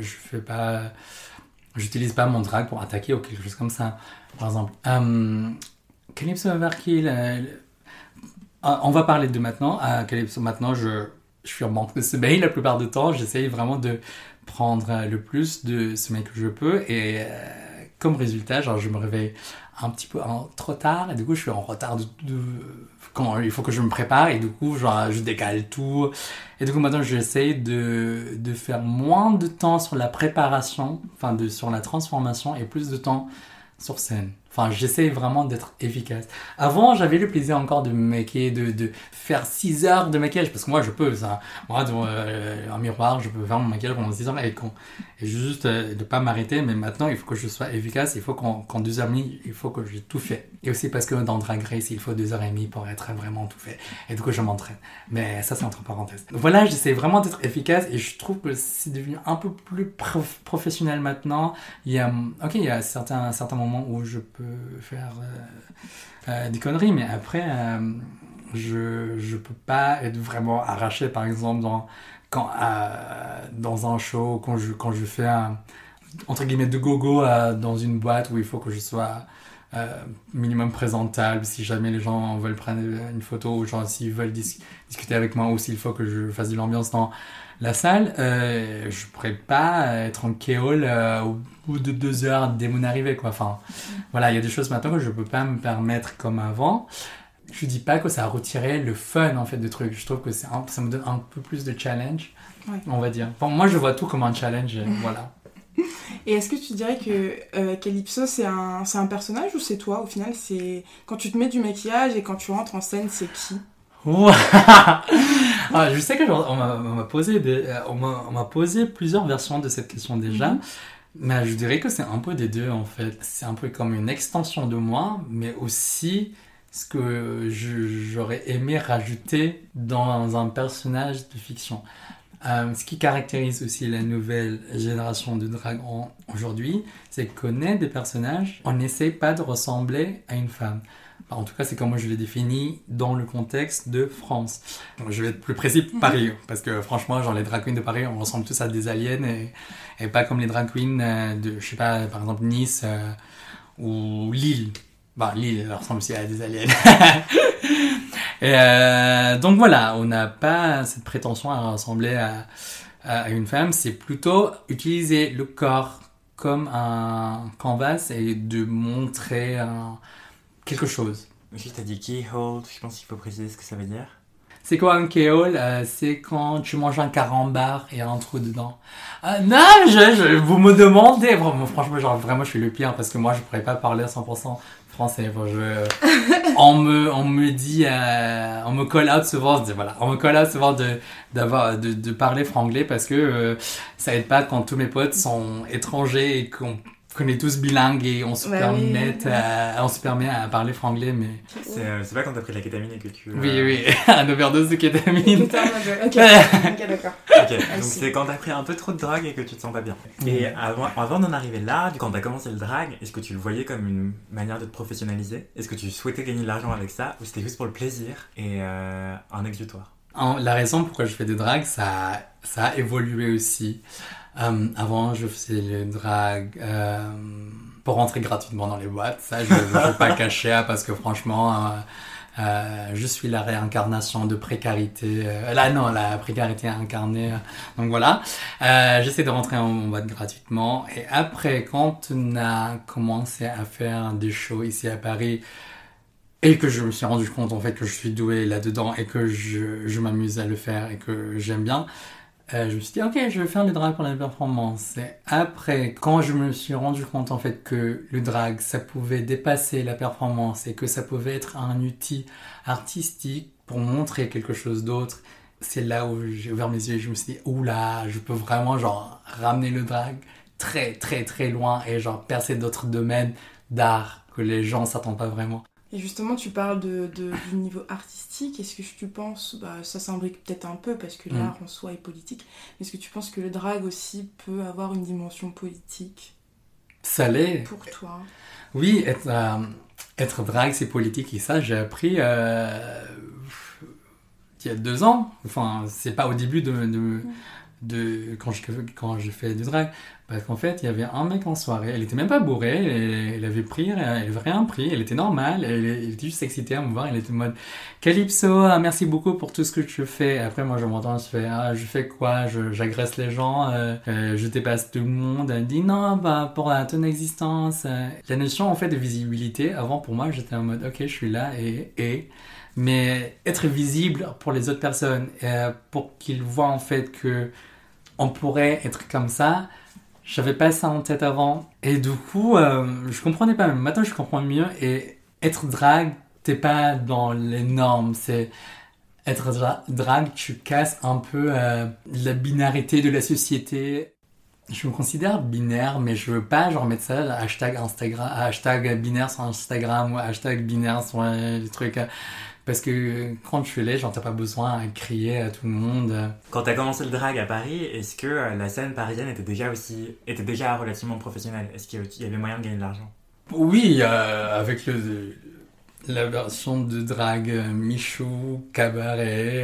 j'utilise pas mon drag pour attaquer ou quelque chose comme ça. Par exemple, Calypso Overkill, on va parler de maintenant. Calypso, maintenant, je suis en manque de sommeil la plupart du temps. J'essaye vraiment de prendre le plus de sommeil que je peux et comme résultat, genre, je me réveille un petit peu trop tard et du coup, je suis en retard quand il faut que je me prépare et du coup, genre, je décale tout. Et du coup, maintenant, j'essaye de faire moins de temps sur la préparation, sur la transformation et plus de temps sur scène. Enfin, j'essaye vraiment d'être efficace. Avant, j'avais le plaisir encore de me maquiller, de faire 6 heures de maquillage, parce que moi, je peux, ça. Moi, devant un miroir, je peux faire mon maquillage pendant 6 heures et juste de pas m'arrêter, mais maintenant, il faut que je sois efficace, il faut qu'en 2h30, il faut que j'ai tout fait. Et aussi parce que dans Drag Race, il faut 2h30 pour être vraiment tout fait. Et du coup, je m'entraîne. Mais ça, c'est entre parenthèses. Donc voilà, j'essaie vraiment d'être efficace et je trouve que c'est devenu un peu plus professionnel maintenant. Il y a certains moments où je peux faire des conneries, mais après je peux pas être vraiment arraché, par exemple dans un show quand je fais entre guillemets de gogo dans une boîte où il faut que je sois minimum présentable si jamais les gens veulent prendre une photo ou genre s'ils veulent discuter avec moi ou s'il faut que je fasse de l'ambiance dans la salle, je pourrais pas être en kéole au bout de 2 heures dès mon arrivée, quoi. Enfin, voilà, il y a des choses maintenant que je peux pas me permettre comme avant. Je dis pas que ça a retiré le fun, en fait, de trucs. Je trouve que ça me donne un peu plus de challenge, on va dire. Enfin, moi, je vois tout comme un challenge, voilà. Et est-ce que tu dirais que Calypso, c'est un personnage ou c'est toi, au final? C'est quand tu te mets du maquillage et quand tu rentres en scène, c'est qui? Je sais que on m'a posé plusieurs versions de cette question déjà, mais je dirais que c'est un peu des deux en fait. C'est un peu comme une extension de moi, mais aussi ce que j'aurais aimé rajouter dans un personnage de fiction. Ce qui caractérise aussi la nouvelle génération de drag aujourd'hui, c'est qu'on est des personnages, on n'essaie pas de ressembler à une femme. En tout cas, c'est comme moi je l'ai défini dans le contexte de France. Donc, je vais être plus précis, Paris, parce que franchement, genre les drag queens de Paris, on ressemble tous à des aliens et pas comme les drag queens de, je sais pas, par exemple Nice ou Lille. Lille, elle ressemble aussi à des aliens. Et donc voilà, on n'a pas cette prétention à ressembler à une femme, c'est plutôt utiliser le corps comme un canvas et de montrer quelque chose. Ensuite, tu as dit keyhole, je pense qu'il faut préciser ce que ça veut dire. C'est quoi un keyhole? C'est quand tu manges un carambar et un trou dedans. Non, vous me demandez, franchement, vraiment, je suis le pire parce que moi, je pourrais pas parler à 100% français. On me dit, on me call out souvent, on me call out souvent de parler franglais parce que ça aide pas quand tous mes potes sont étrangers et qu'on est tous bilingues et on se permet à parler franglais, mais... C'est pas quand t'as pris de la kétamine et que tu... Oui, un overdose de kétamine. Ok, d'accord. Ok, donc c'est quand t'as pris un peu trop de drague et que tu te sens pas bien. Et avant d'en arriver là, quand t'as commencé le drag, est-ce que tu le voyais comme une manière de te professionnaliser? Est-ce que tu souhaitais gagner de l'argent avec ça? Ou c'était juste pour le plaisir et un exutoire? La raison pourquoi je fais des drags, ça a évolué aussi. Avant, je faisais le drag pour rentrer gratuitement dans les boîtes. Ça, je ne vais pas cacher parce que franchement, je suis la réincarnation de précarité. La précarité incarnée. Donc voilà, j'essaie de rentrer en boîte gratuitement. Et après, quand on a commencé à faire des shows ici à Paris, et que je me suis rendu compte en fait que je suis doué là-dedans et que je m'amuse à le faire et que j'aime bien, je me suis dit, ok, je vais faire le drag pour la performance. Et après, quand je me suis rendu compte en fait que le drag, ça pouvait dépasser la performance et que ça pouvait être un outil artistique pour montrer quelque chose d'autre, c'est là où j'ai ouvert mes yeux et je me suis dit, oula, je peux vraiment ramener le drag très très très loin et percer d'autres domaines d'art que les gens s'attendent pas vraiment. Et justement, tu parles du niveau artistique. Est-ce que tu penses, ça s'imbrique peut-être un peu parce que l'art en soi est politique, mais est-ce que tu penses que le drag aussi peut avoir une dimension politique? Ça l'est. Pour toi? Oui, être drag, c'est politique et ça, j'ai appris il y a 2 ans. Enfin, c'est pas au début quand j'ai fait du drag, parce qu'en fait il y avait un mec en soirée, elle était même pas bourrée, elle avait rien pris, elle était normale, elle était juste excitée à me voir, elle était en mode Calypso, merci beaucoup pour tout ce que tu fais. Après moi je m'entends, je fais quoi, j'agresse les gens, je dépasse tout le monde. Elle dit non, pour ton existence, la notion en fait de visibilité, avant pour moi j'étais en mode ok, je suis là mais être visible pour les autres personnes, pour qu'ils voient en fait que on pourrait être comme ça, j'avais pas ça en tête avant. Et du coup, je comprenais pas. Même maintenant, je comprends mieux. Et être drag, t'es pas dans les normes. C'est être drag, tu casses un peu la binarité de la société. Je me considère binaire, mais je veux pas mettre ça hashtag binaire sur Instagram ou hashtag binaire sur les trucs. Parce que quand tu l'es, t'as pas besoin à crier à tout le monde. Quand t'as commencé le drag à Paris, est-ce que la scène parisienne était déjà relativement professionnelle? Est-ce qu'il y avait moyen de gagner de l'argent? Oui, avec la version de drag Michou, cabaret,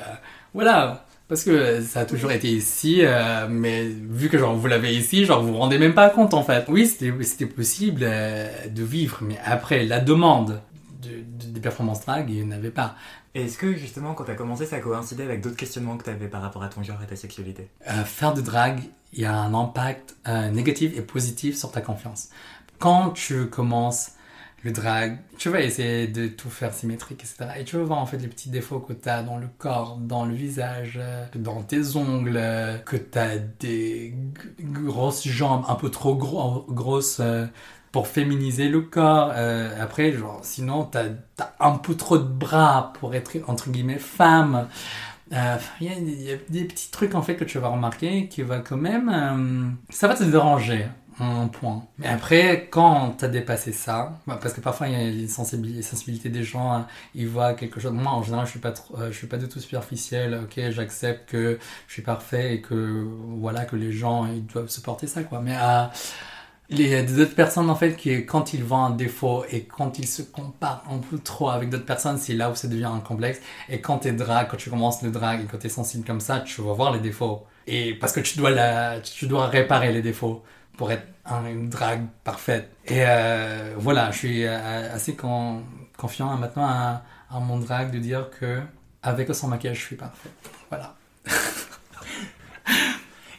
voilà. Parce que ça a toujours été ici, mais vu que vous l'avez ici, vous vous rendez même pas compte en fait. Oui, c'était possible de vivre, mais après la demande des performances drag, il n'y en avait pas. Et est-ce que justement quand tu as commencé, ça coïncidait avec d'autres questionnements que tu avais par rapport à ton genre et ta sexualité? Faire de drag, il y a un impact négatif et positif sur ta confiance. Quand tu commences le drag, tu vas essayer de tout faire symétrique, etc. Et tu vas voir en fait les petits défauts que tu as dans le corps, dans le visage, dans tes ongles, que tu as des grosses jambes un peu trop grosses pour féminiser le corps. Après, sinon, t'as un peu trop de bras pour être, entre guillemets, femme. Il y a des petits trucs, en fait, que tu vas remarquer qui va quand même... ça va te déranger, un point. Mais après, quand t'as dépassé ça, parce que parfois, il y a les sensibilités des gens, ils voient quelque chose... Moi, en général, je suis pas du tout superficiel. Ok, j'accepte que je suis parfait et que, voilà, que les gens, ils doivent supporter ça, quoi. Mais... il y a d'autres personnes en fait qui, quand ils voient un défaut et quand ils se comparent un peu trop avec d'autres personnes, c'est là où ça devient un complexe. Et quand tu commences le drag et quand t'es sensible comme ça, tu vas voir les défauts. Et parce que tu dois réparer les défauts pour être une drag parfaite. Et voilà, je suis assez confiant maintenant à mon drag de dire que avec ou sans maquillage, je suis parfaite. Voilà.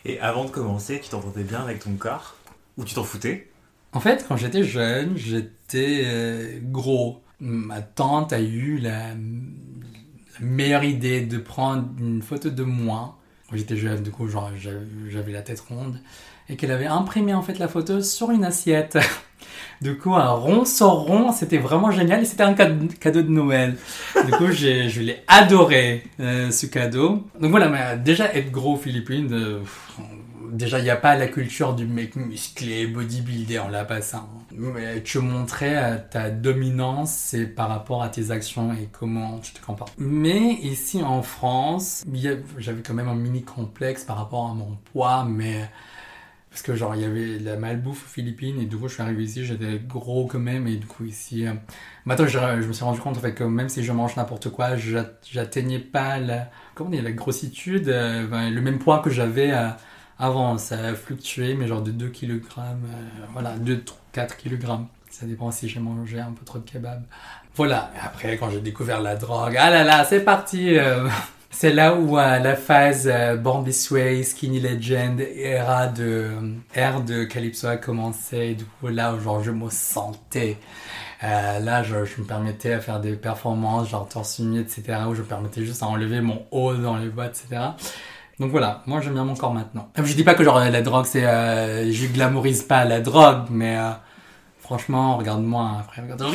Et avant de commencer, tu t'entendais bien avec ton corps? Ou tu t'en foutais? En fait, quand j'étais jeune, j'étais gros. Ma tante a eu la meilleure idée de prendre une photo de moi. Quand j'étais jeune, du coup, genre, j'avais la tête ronde. Et qu'elle avait imprimé en fait la photo sur une assiette. Du coup, un rond sur rond, c'était vraiment génial. Et c'était un cadeau de Noël. Du coup, je l'ai adoré, ce cadeau. Donc voilà, mais déjà, être gros aux Philippines... Déjà, il n'y a pas la culture du mec musclé, bodybuilder, on l'a pas ça. Mais te montrer ta dominance, c'est par rapport à tes actions et comment tu te comportes. Mais ici en France, j'avais quand même un mini complexe par rapport à mon poids, mais... Parce que genre, il y avait la malbouffe aux Philippines et du coup, je suis arrivé ici, j'étais gros quand même et du coup, ici... Maintenant, je me suis rendu compte en fait que même si je mange n'importe quoi, j'atteignais pas la grossitude, le même poids que j'avais... Avant, ça a fluctué, mais genre de 2 kg, 2-4 kg. Ça dépend si j'ai mangé un peu trop de kebab. Voilà, et après, quand j'ai découvert la drogue, ah là là, c'est parti. C'est là où la phase Born This Way, Skinny Legend, ère de Calypso a commencé. Et du coup, là, genre, je me sentais... là, je me permettais à faire des performances, genre torse nu, etc., où je me permettais juste à enlever mon haut dans les boîtes, etc., Donc voilà, moi j'aime bien mon corps maintenant. Je dis pas que genre la drogue c'est... je glamourise pas la drogue, mais franchement, regarde-moi après, regarde.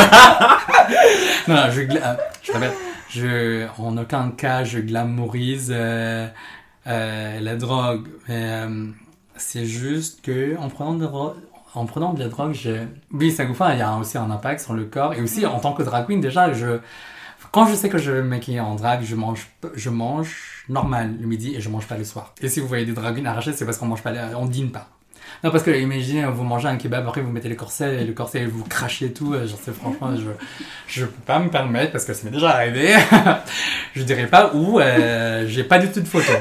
Non, je répète, en aucun cas je glamourise la drogue, mais c'est juste que en prenant de la drogue, oui, ça il y a aussi un impact sur le corps, et aussi en tant que drag queen déjà, quand je sais que je vais me maquiller en drag, je mange normal le midi et je mange pas le soir. Et si vous voyez des drag queens arrachées, c'est parce qu'on mange pas, on dîne pas. Non, parce que imaginez, vous mangez un kebab, après vous mettez le corset et vous crachez et tout. Genre, c'est franchement, je peux pas me permettre parce que ça m'est déjà arrivé. Je dirais pas où, j'ai pas du tout de photos.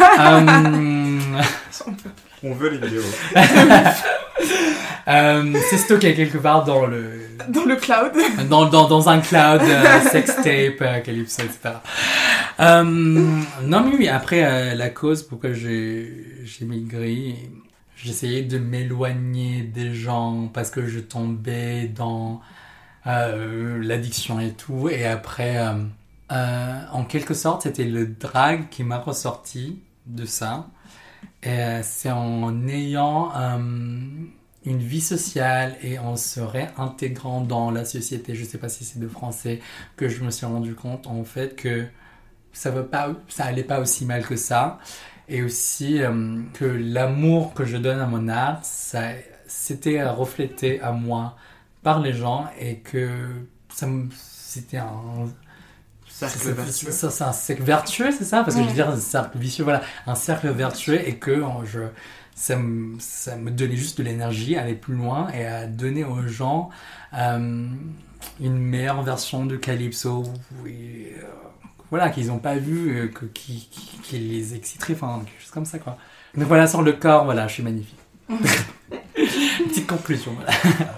On veut les vidéos. C'est stocké quelque part dans le cloud. Dans un cloud, sextape, Calypso, etc. Non mais oui, après la cause pourquoi j'ai maigri, j'essayais de m'éloigner des gens parce que je tombais dans l'addiction et tout, et après en quelque sorte c'était le drag qui m'a ressorti de ça, et c'est en ayant une vie sociale et en se réintégrant dans la société, je sais pas si c'est de français, que je me suis rendu compte en fait que ça allait pas aussi mal que ça, et aussi que l'amour que je donne à mon art, c'était reflété à moi par les gens, et que c'était un cercle vertueux. C'est un cercle vertueux, c'est ça? Parce que je veux dire un cercle vicieux, voilà, un cercle vertueux, et que ça me donnait juste de l'énergie à aller plus loin et à donner aux gens une meilleure version de Calypso, voilà, qu'ils n'ont pas vu, qui les exciterait, enfin quelque chose comme ça, quoi. Donc voilà, sur le corps, voilà, je suis magnifique. Petite conclusion, voilà.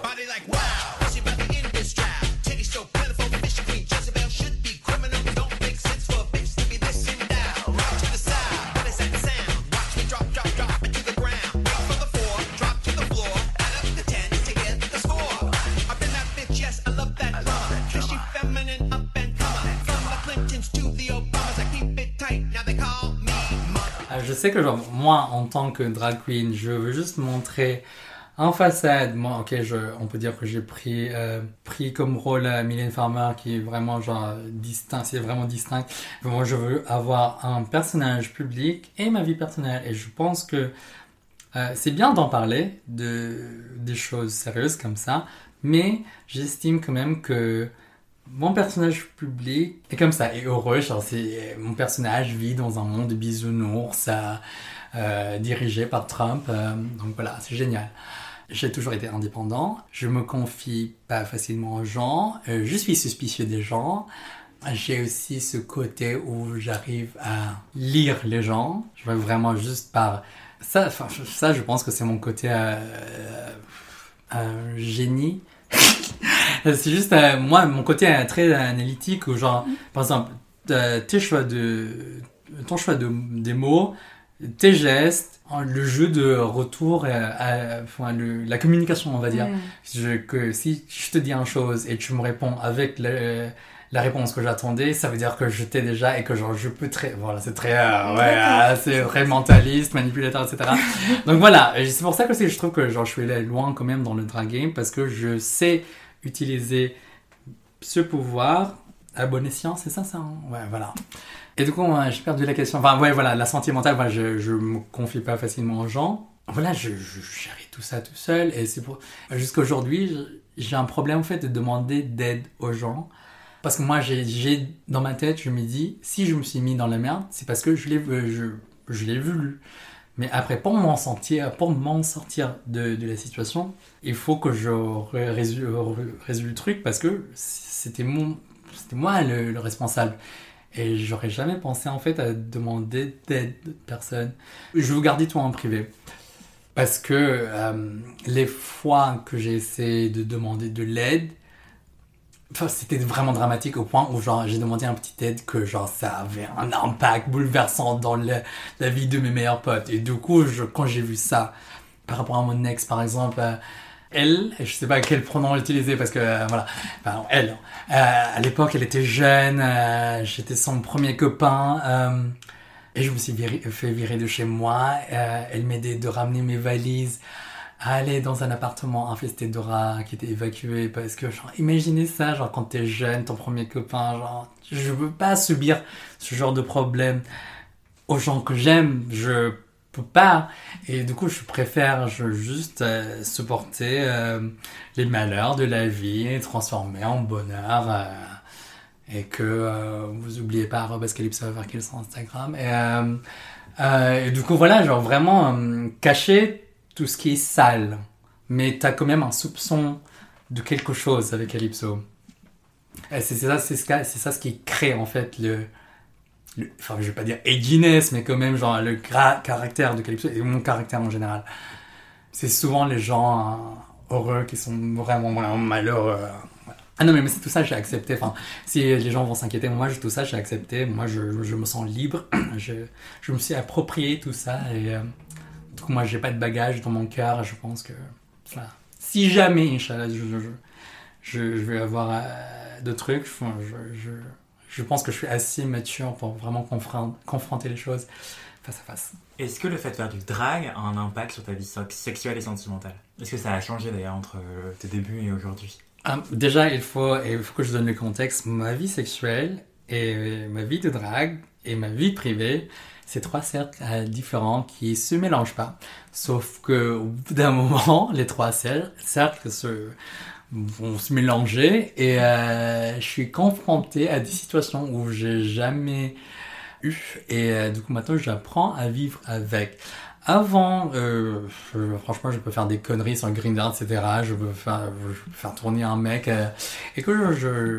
Je sais que genre, moi, en tant que drag queen, je veux juste montrer en façade. Moi, ok, on peut dire que j'ai pris comme rôle Mylène Farmer, qui est vraiment genre distinct, c'est vraiment distinct. Moi, je veux avoir un personnage public et ma vie personnelle. Et je pense que c'est bien d'en parler des choses sérieuses comme ça, mais j'estime quand même que mon personnage public est comme ça, est heureux. Genre, mon personnage vit dans un monde de bisounours dirigé par Trump. Donc voilà, c'est génial. J'ai toujours été indépendant. Je me confie pas facilement aux gens. Je suis suspicieux des gens. J'ai aussi ce côté où j'arrive à lire les gens. Je veux vraiment juste par... Ça, je pense que c'est mon côté génie. C'est juste, moi, mon côté très analytique, où genre, par exemple, ton choix des mots, tes gestes, le jeu de retour, la communication, on va dire. Que si je te dis une chose et tu me réponds avec la réponse que j'attendais, ça veut dire que je t'ai déjà et que genre je peux voilà, c'est très c'est très mentaliste, manipulateur, etc. Donc voilà, et c'est pour ça que je trouve que genre je suis allé loin quand même dans le drag game, parce que je sais utiliser ce pouvoir à bon escient, c'est ça hein? Ouais, voilà. Et du coup, j'ai perdu la question. Enfin, ouais, voilà, la santé mentale, voilà, je me confie pas facilement aux gens. Voilà, je gérais tout ça tout seul. Et c'est pour... Jusqu'à aujourd'hui, j'ai un problème, en fait, de demander d'aide aux gens. Parce que moi, j'ai dans ma tête, je me dis, si je me suis mis dans la merde, c'est parce que je l'ai voulu. Mais après, pour m'en sortir de la situation, il faut que je résolve le truc, parce que c'était moi le responsable. Et j'aurais jamais pensé en fait à demander d'aide de personne. Je vais vous garder tout en privé. Parce que les fois que j'ai essayé de demander de l'aide, c'était vraiment dramatique au point où genre, j'ai demandé un petit aide que genre, ça avait un impact bouleversant dans la vie de mes meilleurs potes. Et du coup, quand j'ai vu ça, par rapport à mon ex par exemple... Elle, je sais pas quel pronom utiliser parce que voilà, enfin, elle, à l'époque elle était jeune, j'étais son premier copain et je me suis fait virer de chez moi. Elle m'aidait de ramener mes valises, à aller dans un appartement infesté de rats qui était évacué parce que genre, imaginez ça, genre quand t'es jeune, ton premier copain, genre je veux pas subir ce genre de problème aux gens que j'aime, je peux pas, et du coup je préfère juste supporter les malheurs de la vie et transformer en bonheur, et que vous oubliez pas @calypso sur Instagram, et du coup voilà, genre vraiment cacher tout ce qui est sale, mais t'as quand même un soupçon de quelque chose avec Calypso, et c'est ça ce qui crée en fait enfin je vais pas dire edginess, mais quand même genre le caractère de Calypso et mon caractère en général. C'est souvent les gens heureux qui sont vraiment malheureux. Voilà. Ah non mais c'est tout ça j'ai accepté. Enfin si les gens vont s'inquiéter, moi tout ça j'ai accepté. Moi je me sens libre. Je me suis approprié tout ça, et du coup moi j'ai pas de bagages dans mon cœur. Je pense que voilà. Si jamais Inch'Allah je vais avoir de trucs, je pense que je suis assez mature pour vraiment confronter les choses face à face. Est-ce que le fait de faire du drag a un impact sur ta vie sexuelle et sentimentale ? Est-ce que ça a changé d'ailleurs entre tes débuts et aujourd'hui ? Déjà, il faut que je donne le contexte. Ma vie sexuelle et ma vie de drag et ma vie privée, c'est 3 cercles différents qui se mélangent pas. Sauf que au bout d'un moment, les 3 cercles vont se mélanger, et je suis confronté à des situations où j'ai jamais eu, et du coup maintenant j'apprends à vivre avec. Avant, franchement je peux faire des conneries sur Grindr, etc. Je peux faire tourner un mec, et que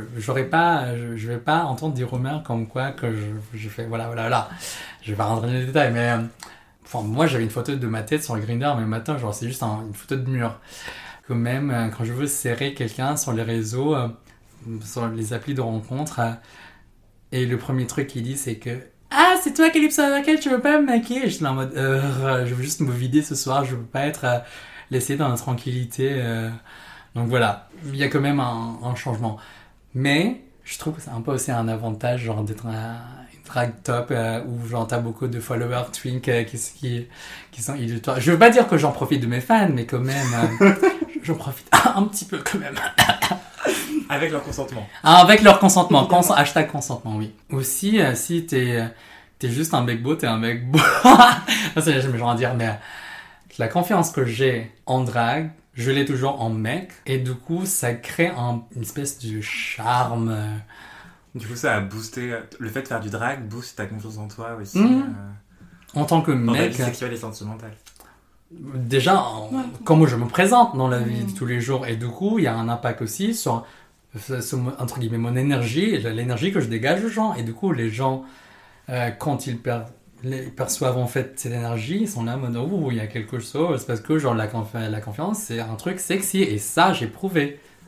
je vais pas entendre des rumeurs comme quoi que je fais voilà. Je vais pas rentrer dans les détails, mais moi j'avais une photo de ma tête sur Grindr, mais maintenant genre c'est juste une photo de mur. Que même quand je veux serrer quelqu'un sur les réseaux, sur les applis de rencontre, et le premier truc qu'il dit c'est que « Ah, c'est toi Calypso Overkill, tu veux pas me maquiller ?» Je suis là en mode « Je veux juste me vider ce soir, je veux pas être laissé dans la tranquillité. » Donc voilà, il y a quand même un changement. Mais je trouve que c'est un peu aussi un avantage genre d'être une drag top, où genre t'as beaucoup de followers twink qui sont illusoires. Je veux pas dire que j'en profite de mes fans, mais quand même... j'en profite un petit peu quand même. Avec leur consentement. Avec leur consentement. Hashtag consentement, oui. Aussi, si t'es juste un mec beau, t'es un mec beau. C'est jamais genre à dire, mais la confiance que j'ai en drag, je l'ai toujours en mec. Et du coup, ça crée une espèce de charme. Du coup, ça a boosté... Le fait de faire du drag booste ta confiance en toi aussi. En tant que dans mec... ta vie sexuelle et sentimentale. Déjà, comment je me présente dans la vie de tous les jours, et du coup il y a un impact aussi sur entre guillemets mon énergie et l'énergie que je dégage aux gens, et du coup les gens quand ils perçoivent en fait cette énergie, ils sont là en mode il y a quelque chose, parce que genre la confiance c'est un truc sexy, et ça j'ai prouvé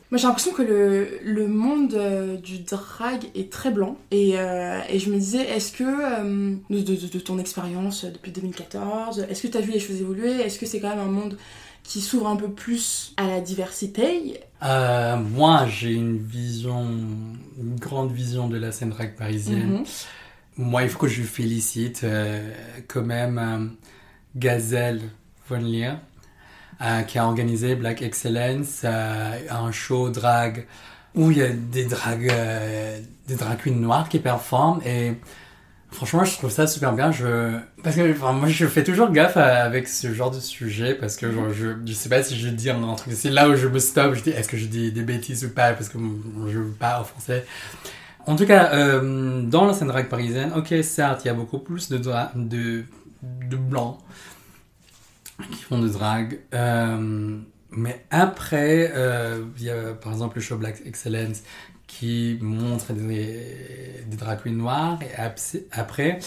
Moi j'ai l'impression que le monde du drag est très blanc et je me disais est-ce que de ton expérience depuis 2014, est-ce que tu as vu les choses évoluer, est-ce que c'est quand même un monde qui s'ouvre un peu plus à la diversité? Moi j'ai une grande vision de la scène drag parisienne. Moi il faut que je félicite quand même Gazelle Von Leer, qui a organisé Black Excellence, un show drag où il y a des drag queens noires qui performent et franchement je trouve ça super bien. Parce que moi je fais toujours gaffe avec ce genre de sujet parce que genre, je sais pas si je dis un truc, c'est là où je me stoppe, je dis est-ce que je dis des bêtises ou pas parce que je veux pas offenser. En tout cas dans la scène drag parisienne, ok certes il y a beaucoup plus de blancs qui font de drag, mais après il y a par exemple le show Black Excellence qui montre des drag queens noirs et après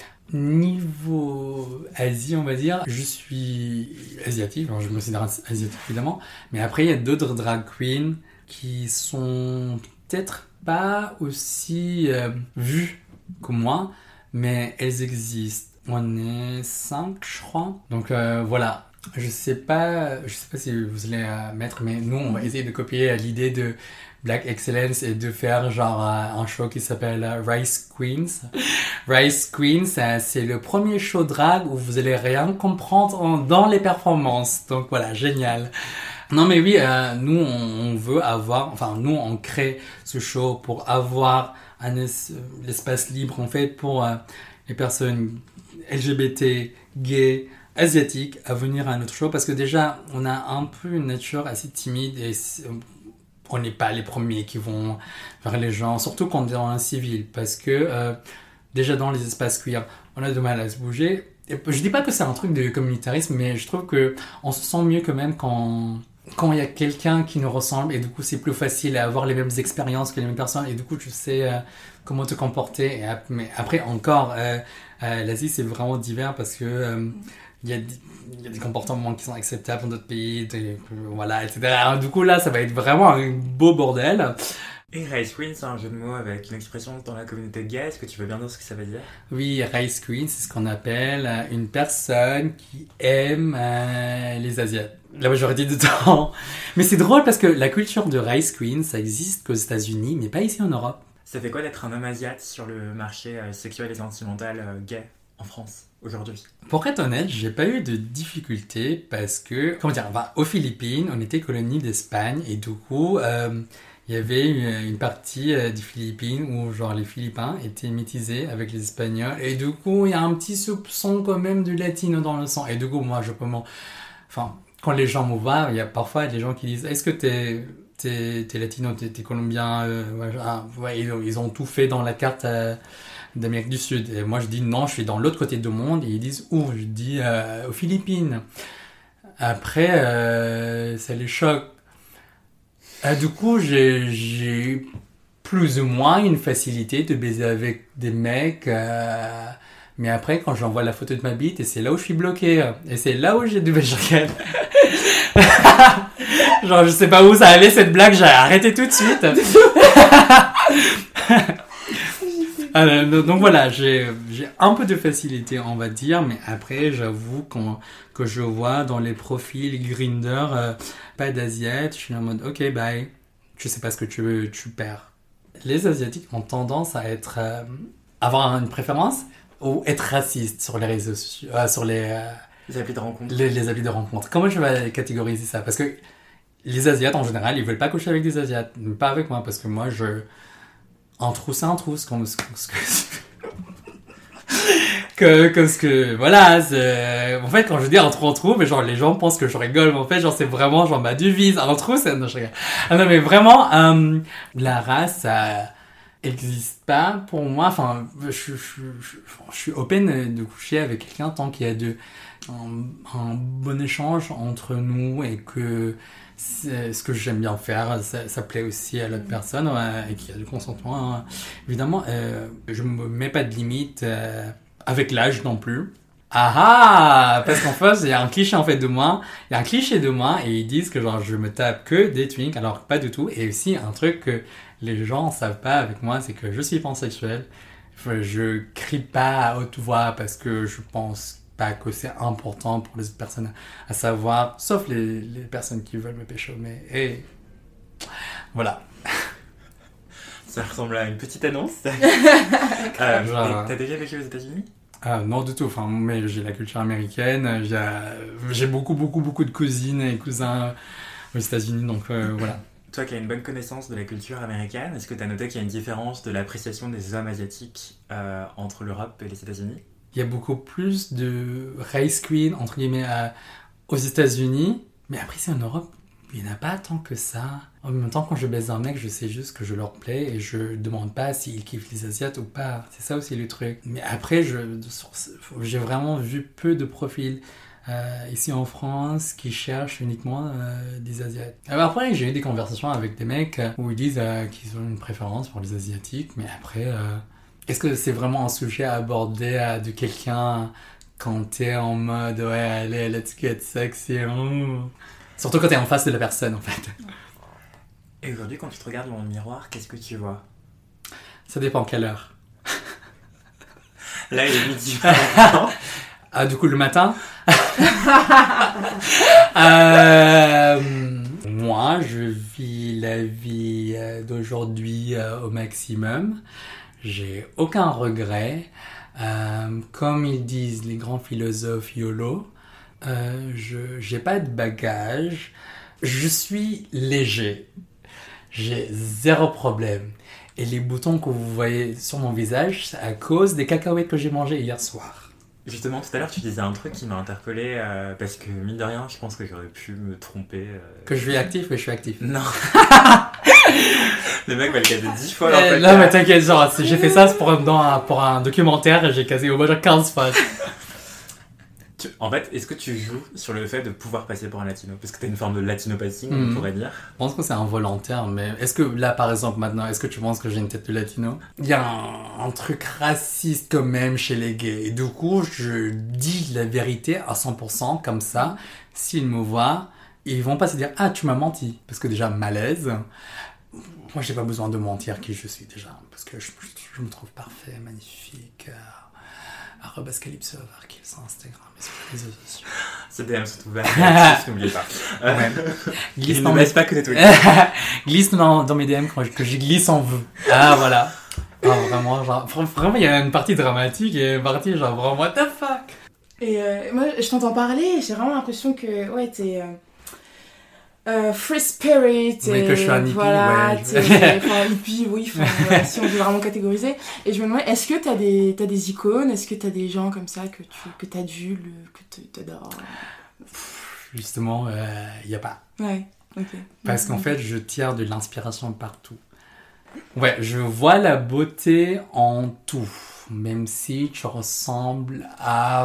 niveau Asie on va dire, je suis asiatique, alors je me considère asiatique évidemment, mais après il y a d'autres drag queens qui sont peut-être pas aussi vues que moi, mais elles existent. On est 5, je crois. Donc voilà. Je sais pas si vous allez mettre, mais nous, on va essayer de copier l'idée de Black Excellence et de faire genre un show qui s'appelle Rice Queens. Rice Queens, c'est le premier show drag où vous allez rien comprendre dans les performances. Donc voilà, génial. Non mais oui, nous on veut avoir, enfin nous on crée ce show pour avoir l'espace libre en fait pour les personnes LGBT, gays, asiatiques à venir à notre show parce que déjà on a un peu une nature assez timide et on n'est pas les premiers qui vont vers les gens, surtout quand on est dans un civil parce que déjà dans les espaces queer on a du mal à se bouger. Et je dis pas que c'est un truc de communautarisme mais je trouve que on se sent mieux quand même quand il y a quelqu'un qui nous ressemble et du coup c'est plus facile à avoir les mêmes expériences que les mêmes personnes et du coup tu sais comment te comporter mais après encore l'Asie c'est vraiment divers parce que il y a des comportements qui sont acceptables dans d'autres pays voilà etc. Alors, du coup là ça va être vraiment un beau bordel. Et Rice Queen, c'est un jeu de mots avec une expression dans la communauté gay. Est-ce que tu veux bien dire ce que ça veut dire? Oui, Rice Queen, c'est ce qu'on appelle une personne qui aime les Asiates. La majorité du temps. Mais c'est drôle parce que la culture de Rice Queen, ça existe qu'aux États-Unis, mais pas ici en Europe. Ça fait quoi d'être un homme asiate sur le marché sexuel et sentimental gay en France aujourd'hui? Pour être honnête, j'ai pas eu de difficultés parce que, aux Philippines, on était colonie d'Espagne et du coup... il y avait une partie des Philippines où genre les Philippins étaient métisés avec les Espagnols et du coup il y a un petit soupçon quand même de latino dans le sang et du coup moi quand les gens me voient il y a parfois des gens qui disent est-ce que t'es latino, t'es colombien, ils ont tout fait dans la carte d'Amérique du Sud et moi je dis non je suis dans l'autre côté du monde et ils disent où? Je dis aux Philippines. Après ça les choque. Du coup, j'ai plus ou moins une facilité de baiser avec des mecs. Mais après, quand j'envoie la photo de ma bite, et c'est là où je suis bloqué. Et c'est là où j'ai du regarde. Genre, je sais pas où ça allait cette blague, j'ai arrêté tout de suite. Donc voilà, j'ai un peu de facilité, on va dire, mais après, j'avoue que je vois dans les profils Grindr, pas d'asiates, je suis en mode, ok, bye, je sais pas ce que tu veux, tu perds. Les asiatiques ont tendance à avoir une préférence ou être racistes sur les réseaux sociaux, sur les applis de rencontre. Les applis de rencontre. Comment je vais catégoriser ça? Parce que les asiates, en général, ils veulent pas coucher avec des asiates, pas avec moi, parce que moi, un trou, c'est un trou, voilà, en fait, quand je dis un trou, mais genre, les gens pensent que je rigole, mais en fait, genre, c'est vraiment, genre, ma devise, un trou, c'est, non, je rigole. Ah non, mais vraiment, la race, ça existe pas pour moi, enfin, je suis open de coucher avec quelqu'un tant qu'il y a un bon échange entre nous et que ce que j'aime bien faire, ça plaît aussi à l'autre personne et qu'il y a du consentement. Hein. Évidemment, je me mets pas de limite avec l'âge non plus. Ah, parce qu'en fait, il y a un cliché en fait de moi. Il y a un cliché de moi et ils disent que genre je me tape que des twinks, alors pas du tout. Et aussi un truc que les gens savent pas avec moi, c'est que je suis pansexuel. Je crie pas à haute voix parce que je pense pas que c'est important pour les autres personnes à savoir, sauf les personnes qui veulent me pécho. Mais voilà. Ça ressemble à une petite annonce. T'as déjà vécu aux États-Unis ? Non du tout, enfin, mais j'ai la culture américaine, j'ai beaucoup de cousines et cousins aux États-Unis, donc voilà. Toi qui as une bonne connaissance de la culture américaine, est-ce que tu as noté qu'il y a une différence de l'appréciation des hommes asiatiques entre l'Europe et les États-Unis ? Il y a beaucoup plus de race queen, entre guillemets, aux États-Unis, mais après c'est en Europe, il n'y en a pas tant que ça. En même temps, quand je baise un mec, je sais juste que je leur plais et je demande pas s'ils kiffent les Asiates ou pas. C'est ça aussi le truc. Mais après, j'ai vraiment vu peu de profils ici en France qui cherchent uniquement des Asiates. Alors après, j'ai eu des conversations avec des mecs où ils disent qu'ils ont une préférence pour les Asiatiques, mais après, est-ce que c'est vraiment un sujet à aborder de quelqu'un quand t'es en mode ouais, allez, let's get sexy, surtout quand t'es en face de la personne en fait. Et aujourd'hui, quand tu te regardes dans le miroir, qu'est-ce que tu vois ? Ça dépend quelle heure. Là, il est midi. Du coup, le matin. Moi, je vis la vie d'aujourd'hui au maximum. J'ai aucun regret. Comme ils disent les grands philosophes YOLO, j'ai pas de bagages. Je suis léger. J'ai zéro problème. Et les boutons que vous voyez sur mon visage, c'est à cause des cacahuètes que j'ai mangées hier soir. Justement, tout à l'heure, tu disais un truc qui m'a interpellé parce que, mine de rien, je pense que j'aurais pu me tromper. Que je suis actif, mais je suis actif. Non. Le mec va le caser 10 fois. Non, mais t'inquiète, genre, j'ai fait ça pour un documentaire et j'ai casé au moins 15 fois. En fait, est-ce que tu joues sur le fait de pouvoir passer pour un latino ? Parce que t'as une forme de latino-passing, on pourrait dire. Je pense que c'est involontaire, mais est-ce que là, par exemple, maintenant, est-ce que tu penses que j'ai une tête de latino ? Il y a un truc raciste quand même chez les gays. Et du coup, je dis la vérité à 100%, comme ça, s'ils me voient, ils vont pas se dire « Ah, tu m'as menti !» Parce que déjà, malaise. Moi, j'ai pas besoin de mentir qui je suis déjà, parce que je me trouve parfait, magnifique. @calypso, sur Instagram et sur les réseaux sociaux. Ce DM sont ouverts, n'oubliez pas. Ouais. Glisse ne laisse pas que des trucs. Glisse dans mes DM que je glisse en vous. Ah, voilà. Vraiment, il y a une partie dramatique et une partie genre vraiment what the fuck. Et moi, je t'entends parler et j'ai vraiment l'impression que ouais, t'es free spirit. Oui, que je suis un hippie, voilà, ouais. Enfin, hippie, oui, voilà, si on veut vraiment catégoriser. Et je me demandais, est-ce que t'as des icônes ? Est-ce que t'as des gens comme ça que t'adules, que t'adores ? Justement, il n'y a pas. Ouais, ok. Parce qu'en fait, je tire de l'inspiration partout. Ouais, je vois la beauté en tout. Même si tu ressembles à...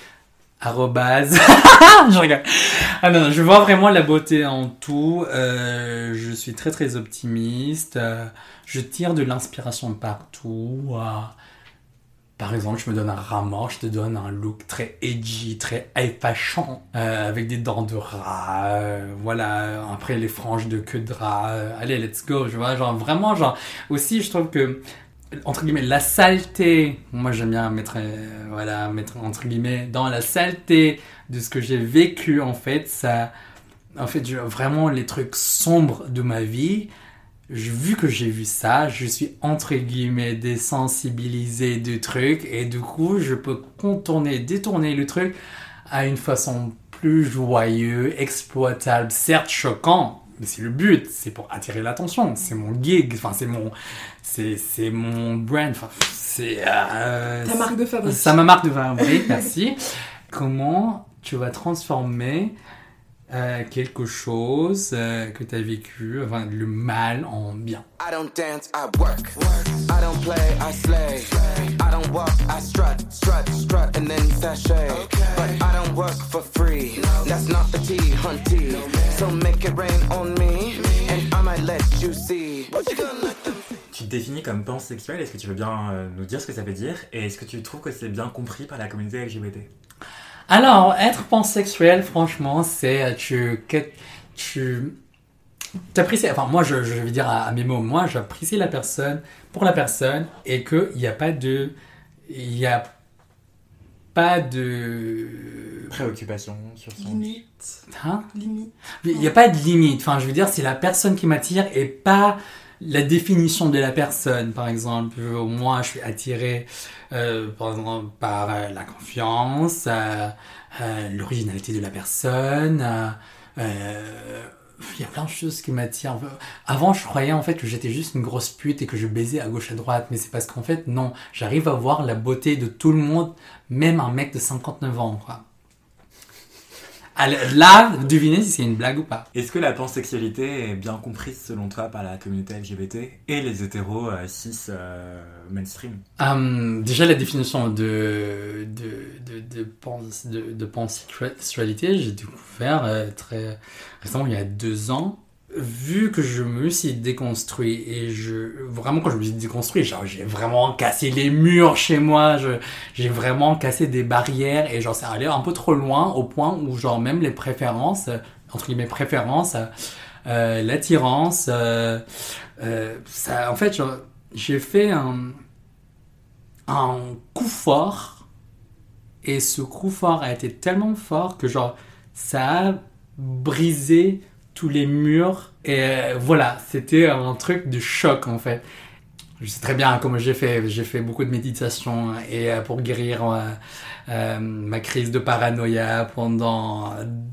je rigole. Ah non, je vois vraiment la beauté en tout. Je suis très très optimiste. Je tire de l'inspiration partout. Par exemple, je me donne un rat mort, je te donne un look très edgy, très high fashion, avec des dents de rat, voilà, après les franges de queue de rat, allez, let's go, je vois, genre, vraiment, genre, aussi, je trouve que, entre guillemets, la saleté, moi j'aime bien mettre entre guillemets, dans la saleté de ce que j'ai vécu, en fait, ça, en fait, vraiment, les trucs sombres de ma vie, vu que j'ai vu ça, je suis entre guillemets désensibilisé du truc et du coup, je peux détourner le truc à une façon plus joyeuse, exploitable, certes choquant, mais c'est le but, c'est pour attirer l'attention, c'est mon gig, enfin c'est mon brand, enfin c'est ta marque de fabrique. Ça ma marque de fabrique, merci. Comment tu vas transformer quelque chose que tu as vécu, enfin, le mal en bien. I don't dance, I work. I don't play, I slay. I don't walk, I strut and then sashay. But I don't work for free. That's not the tea, hunty. So make it rain on me and I might let you see. Tu te définis comme pansexuel, est-ce que tu veux bien nous dire ce que ça veut dire ? Et est-ce que tu trouves que c'est bien compris par la communauté LGBT ? Alors, être pansexuel, franchement, c'est tu apprécies. Enfin, moi, je vais dire à mes mots, moi, j'apprécie la personne pour la personne et qu'il n'y a pas de. Il n'y a pas de. Préoccupation sur son... Limite. Hein? Limite. Il n'y a pas de limite. Enfin, je veux dire, c'est la personne qui m'attire et pas la définition de la personne. Par exemple, moi, je suis attiré par exemple, par la confiance, l'originalité de la personne. Il y a plein de choses qui m'attirent. Avant, je croyais en fait que j'étais juste une grosse pute et que je baisais à gauche à droite. Mais c'est parce qu'en fait, non. J'arrive à voir la beauté de tout le monde, même un mec de 59 ans, quoi. Là, devinez si c'est une blague ou pas. Est-ce que la pansexualité est bien comprise selon toi par la communauté LGBT et les hétéros cis mainstream? Déjà, la définition de pansexualité, j'ai découvert très récemment, il y a 2 ans. Vu que je me suis déconstruit et vraiment quand je me suis déconstruit, genre j'ai vraiment cassé les murs chez moi, j'ai vraiment cassé des barrières et genre c'est allé un peu trop loin au point où genre même les préférences, entre guillemets préférences, l'attirance, ça en fait genre, j'ai fait un coup fort et ce coup fort a été tellement fort que genre ça a brisé tous les murs et voilà, c'était un truc de choc en fait. Je sais très bien comment j'ai fait beaucoup de méditation et pour guérir ma crise de paranoïa pendant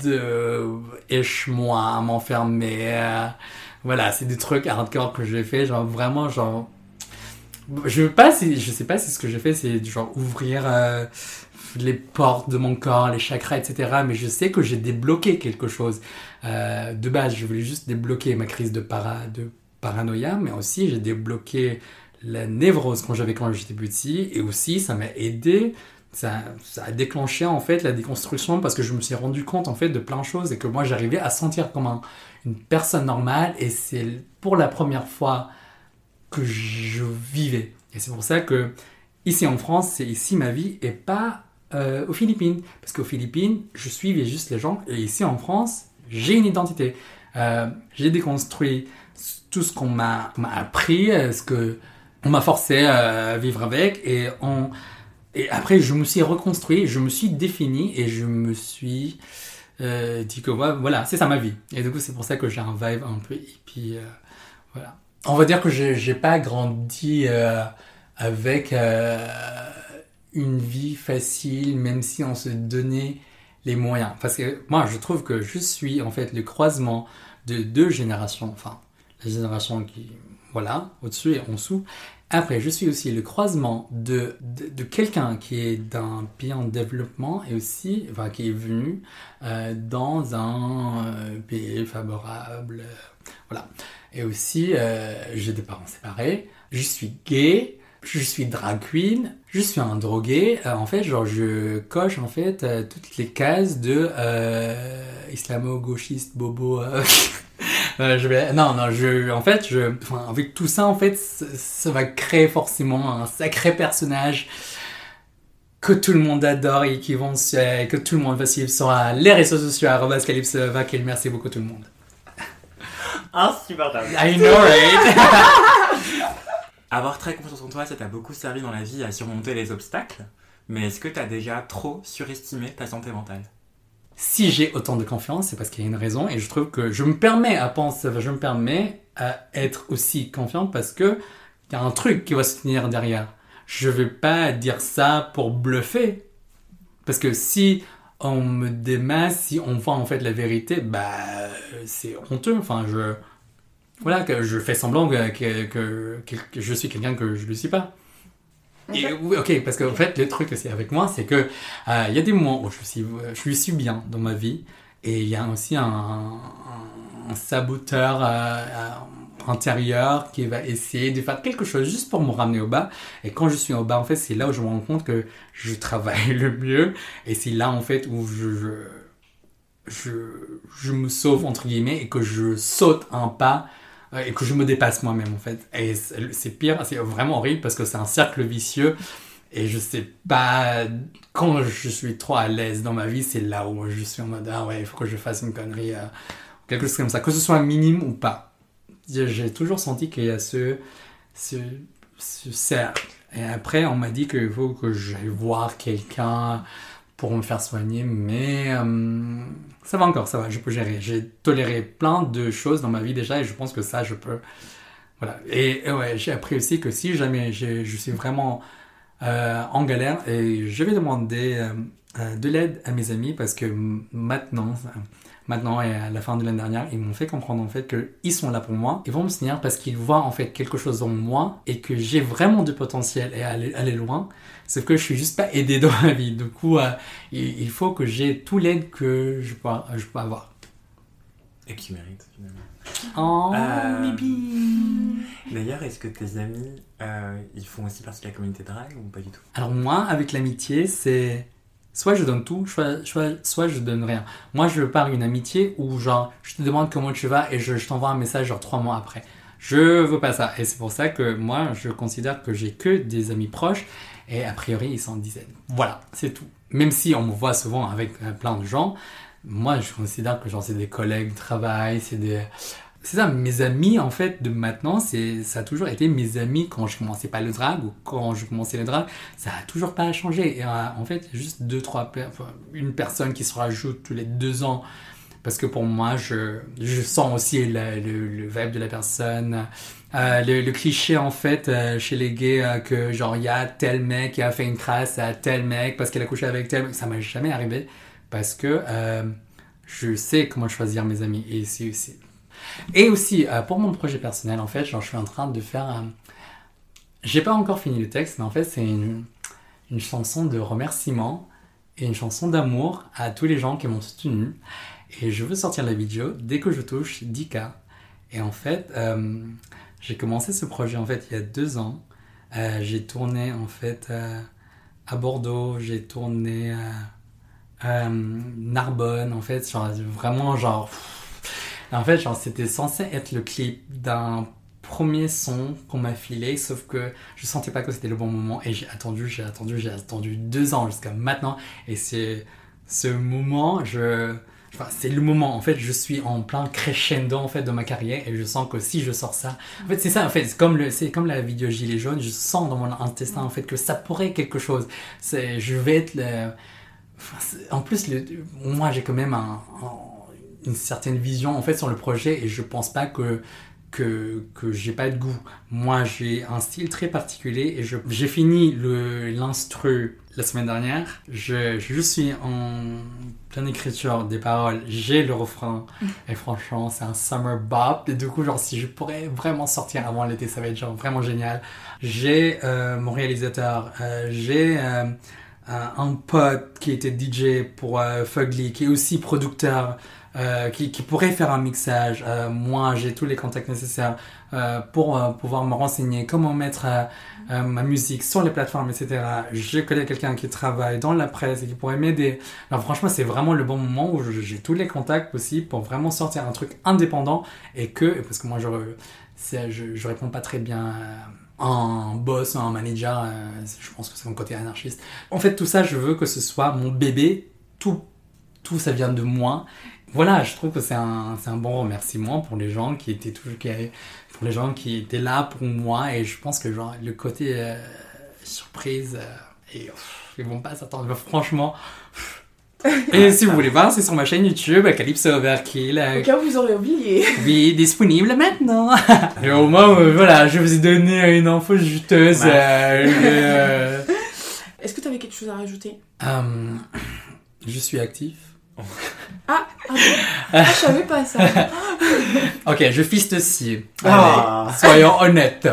2 mois à m'enfermer. Voilà, c'est des trucs hardcore que j'ai fait, genre vraiment genre je sais pas si ce que j'ai fait c'est genre ouvrir les portes de mon corps, les chakras, etc. Mais je sais que j'ai débloqué quelque chose. De base, je voulais juste débloquer ma crise de paranoïa, mais aussi j'ai débloqué la névrose quand j'étais petit, et aussi ça m'a aidé, ça a déclenché en fait la déconstruction parce que je me suis rendu compte en fait de plein de choses et que moi j'arrivais à sentir comme une personne normale et c'est pour la première fois que je vivais. Et c'est pour ça que ici en France, c'est ici ma vie et pas aux Philippines. Parce qu'aux Philippines, je suivais juste les gens. Et ici en France, j'ai une identité. J'ai déconstruit tout ce qu'on m'a appris, ce qu'on m'a forcé à vivre avec. Et après, je me suis reconstruit, je me suis défini et je me suis dit que voilà, c'est ça ma vie. Et du coup, c'est pour ça que j'ai un vibe un peu hippie. Voilà. On va dire que j'ai pas grandi avec une vie facile, même si on se donnait les moyens. Parce que moi, je trouve que je suis en fait le croisement de 2 générations. Enfin, la génération qui, voilà, au-dessus et en dessous. Après, je suis aussi le croisement de quelqu'un qui est d'un pays en développement et aussi, enfin, qui est venu dans un pays favorable. Voilà. Et aussi, j'ai des parents séparés. Je suis gay. Je suis drag queen, je suis un drogué. En fait, genre, je coche en fait toutes les cases de islamo-gauchiste bobo. Avec tout ça, en fait, ça va créer forcément un sacré personnage que tout le monde adore et que tout le monde va suivre sur les réseaux sociaux @calypso_vakel. Merci beaucoup tout le monde. Insupportable. I know, right? Avoir très confiance en toi, ça t'a beaucoup servi dans la vie à surmonter les obstacles, mais est-ce que t'as déjà trop surestimé ta santé mentale? Si j'ai autant de confiance, c'est parce qu'il y a une raison, et je trouve que je me permets à être aussi confiant parce que il y a un truc qui va se tenir derrière. Je vais pas dire ça pour bluffer, parce que si on me démasse, si on voit en fait la vérité, c'est honteux. Enfin, voilà, que je fais semblant que je suis quelqu'un que je ne suis pas. Et, ok, parce qu'en fait, le truc aussi avec moi, c'est que il y a des moments où je suis bien dans ma vie, et il y a aussi un saboteur intérieur qui va essayer de faire quelque chose juste pour me ramener au bas. Et quand je suis au bas, en fait, c'est là où je me rends compte que je travaille le mieux, et c'est là, en fait, où je me sauve, entre guillemets, et que je saute un pas et que je me dépasse moi-même en fait. Et c'est pire, c'est vraiment horrible parce que c'est un cercle vicieux Et je sais pas, quand je suis trop à l'aise dans ma vie, c'est là où je suis en mode, ah ouais, il faut que je fasse une connerie, quelque chose comme ça, que ce soit minime ou pas. J'ai toujours senti qu'il y a ce cercle. Et après, on m'a dit qu'il faut que j'aille voir quelqu'un pour me faire soigner, mais ça va encore, ça va, je peux gérer. J'ai toléré plein de choses dans ma vie déjà et je pense que ça, je peux. Voilà. Et ouais, j'ai appris aussi que si jamais je suis vraiment en galère, et je vais demander de l'aide à mes amis parce que maintenant et à la fin de l'année dernière, ils m'ont fait comprendre en fait qu'ils sont là pour moi, ils vont me soutenir parce qu'ils voient en fait quelque chose en moi et que j'ai vraiment du potentiel et aller loin, sauf que je suis juste pas aidé dans ma vie. Du coup, il faut que j'ai tout l'aide que je peux avoir. Et qui mérite finalement. Oh, Bibi. D'ailleurs, est-ce que tes amis, ils font aussi partie de la communauté drag ou pas du tout? Alors moi, avec l'amitié, c'est soit je donne tout, soit je donne rien. Moi, je pars une amitié où genre, je te demande comment tu vas et je t'envoie un message genre 3 mois après. Je veux pas ça. Et c'est pour ça que moi, je considère que j'ai que des amis proches et a priori, ils sont en dizaines. Voilà, c'est tout. Même si on me voit souvent avec plein de gens, moi, je considère que genre, c'est des collègues de travail, c'est ça, mes amis, en fait, de maintenant, ça a toujours été mes amis quand je commençais pas le drag ou quand je commençais le drag, ça a toujours pas changé. Et en fait, il y a juste 2-3 une personne qui se rajoute tous les 2 ans. Parce que pour moi, je sens aussi le vibe de la personne. Le cliché, en fait, chez les gays, que genre, il y a tel mec qui a fait une crasse à tel mec parce qu'elle a couché avec tel mec. Ça m'est jamais arrivé. Parce que je sais comment choisir mes amis. Et aussi, pour mon projet personnel, en fait, genre, je suis en train de faire... J'ai pas encore fini le texte, mais en fait, c'est une chanson de remerciement et une chanson d'amour à tous les gens qui m'ont soutenu. Et je veux sortir la vidéo dès que je touche 10K. Et en fait, j'ai commencé ce projet, en fait, il y a 2 ans. J'ai tourné, en fait, à Bordeaux. J'ai tourné... Narbonne, en fait, genre, vraiment, genre... En fait, genre, c'était censé être le clip d'un premier son qu'on m'a filé, sauf que je sentais pas que c'était le bon moment et j'ai attendu 2 ans jusqu'à maintenant. Et c'est ce moment, c'est le moment, en fait, je suis en plein crescendo, en fait, de ma carrière et je sens que si je sors ça... En fait, c'est ça, en fait, c'est comme la vidéo Gilet jaune, je sens dans mon intestin, en fait, que ça pourrait quelque chose. Je vais être en plus, moi, j'ai quand même une certaine vision en fait sur le projet et je pense pas que j'ai pas de goût. Moi, j'ai un style très particulier et j'ai fini l'instru la semaine dernière. Je suis en pleine écriture des paroles. J'ai le refrain et franchement, c'est un summer bop. Et du coup, genre, si je pourrais vraiment sortir avant l'été, ça va être genre vraiment génial. J'ai mon réalisateur. J'ai un pote qui était DJ pour Fugly, qui est aussi producteur, qui pourrait faire un mixage. Moi, j'ai tous les contacts nécessaires pour pouvoir me renseigner comment mettre ma musique sur les plateformes, etc. Je connais quelqu'un qui travaille dans la presse et qui pourrait m'aider. Alors franchement, c'est vraiment le bon moment où j'ai tous les contacts possibles pour vraiment sortir un truc indépendant et parce que moi, je réponds pas très bien... un boss, un manager, je pense que c'est mon côté anarchiste. En fait, tout ça, je veux que ce soit mon bébé, tout ça vient de moi. Voilà, je trouve que c'est un bon remerciement pour les gens qui étaient pour les gens qui étaient là pour moi, et je pense que genre le côté surprise, ils vont pas s'attendre, franchement. Et si vous voulez voir, c'est sur ma chaîne YouTube, Calypso Overkill. Au cas où vous aurez oublié. Oui, disponible maintenant. Et au moins, voilà, je vous ai donné une info juteuse. Est-ce que tu avais quelque chose à rajouter? Je suis actif. Ah bon? Je savais pas ça. Ok, je fiste aussi. Allez, soyons honnêtes.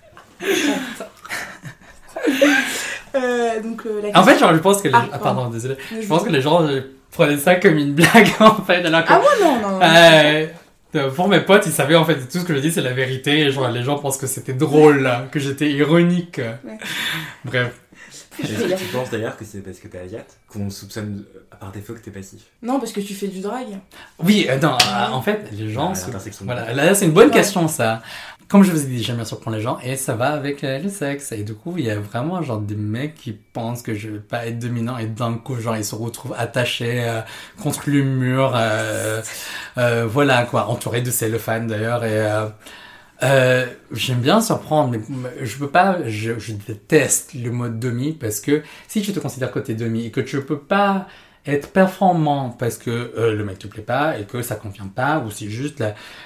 En fait, genre, je pense que pardon, désolé. Je pense que les gens prenaient ça comme une blague, en fait. Alors que, non. Pour mes potes, ils savaient, en fait, tout ce que je dis, c'est la vérité. Et genre, les gens pensent que c'était drôle, que j'étais ironique. Ouais. Bref. Est-ce que tu penses d'ailleurs que c'est parce que t'es asiate qu'on soupçonne par défaut que t'es passif? Non, parce que tu fais du drag. Oui, non, en fait, les gens... L'intersection. Voilà, là, c'est une bonne question, ça. Comme je vous ai dit, j'aime bien surprendre les gens, et ça va avec le sexe. Et du coup, il y a vraiment genre des mecs qui pensent que je vais pas être dominant, et d'un coup, genre, ils se retrouvent attachés contre le mur, voilà, quoi, entourés de cellophane, d'ailleurs, et... j'aime bien surprendre, mais je peux pas, je déteste le mode demi, parce que si tu te considères que t'es demi et que tu peux pas être performant parce que le mec te plaît pas et que ça convient pas, ou c'est juste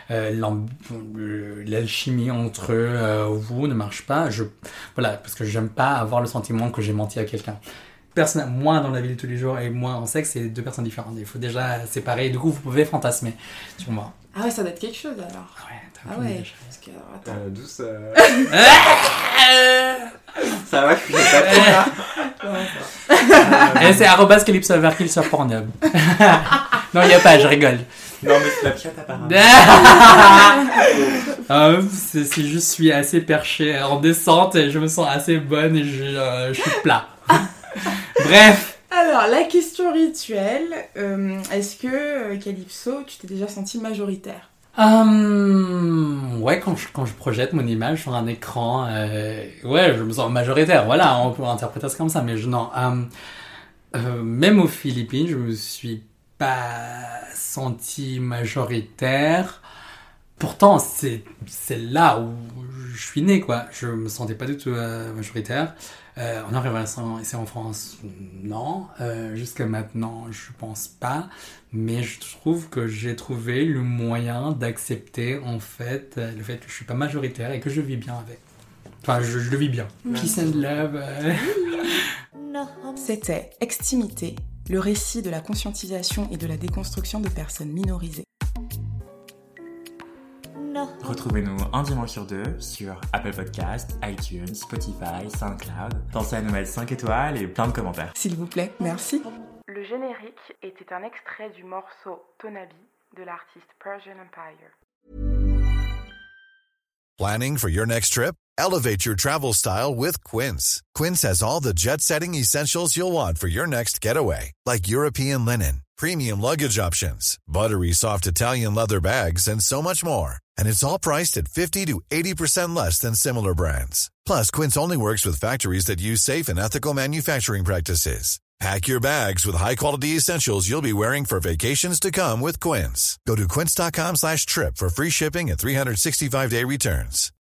l'alchimie entre vous ne marche pas, voilà, parce que j'aime pas avoir le sentiment que j'ai menti à quelqu'un. Personnellement, moi dans la vie de tous les jours et moi en sexe, c'est deux personnes différentes. Il faut déjà séparer, et du coup vous pouvez fantasmer sur moi. Ah ouais, ça doit être quelque chose alors. Ouais, parce que attends. Douce. Ça va, je suis pas trop là. Et c'est @calypso_verkill sur Pornhub. Non, il y a pas, je rigole. Non, mais Snapchat apparemment. C'est juste, je suis assez perché en descente et je me sens assez bonne et je suis plat. Bref. Alors, la question rituelle, est-ce que, Calypso, tu t'es déjà senti majoritaire? Ouais, quand je projette mon image sur un écran, ouais, je me sens majoritaire, voilà, on peut interpréter ça comme ça, mais non, même aux Philippines, je me suis pas senti majoritaire. Pourtant, c'est là où je suis né, quoi. Je me sentais pas du tout majoritaire. En arrivant ici en France, non. Jusqu'à maintenant, je pense pas. Mais je trouve que j'ai trouvé le moyen d'accepter, en fait, le fait que je suis pas majoritaire et que je vis bien avec. Enfin, je le vis bien. Peace and love. C'était Extimité, le récit de la conscientisation et de la déconstruction de personnes minorisées. Retrouvez-nous un dimanche sur deux sur Apple Podcasts, iTunes, Spotify, SoundCloud. Pensez à nous mettre 5 étoiles et plein de commentaires. S'il vous plaît, merci. Le générique était un extrait du morceau Tonabi de l'artiste Persian Empire. Planning for your next trip? Elevate your travel style with Quince. Quince has all the jet-setting essentials you'll want for your next getaway, like European linen, premium luggage options, buttery soft Italian leather bags, and so much more. And it's all priced at 50 to 80% less than similar brands. Plus, Quince only works with factories that use safe and ethical manufacturing practices. Pack your bags with high-quality essentials you'll be wearing for vacations to come with Quince. Go to quince.com/trip for free shipping and 365-day returns.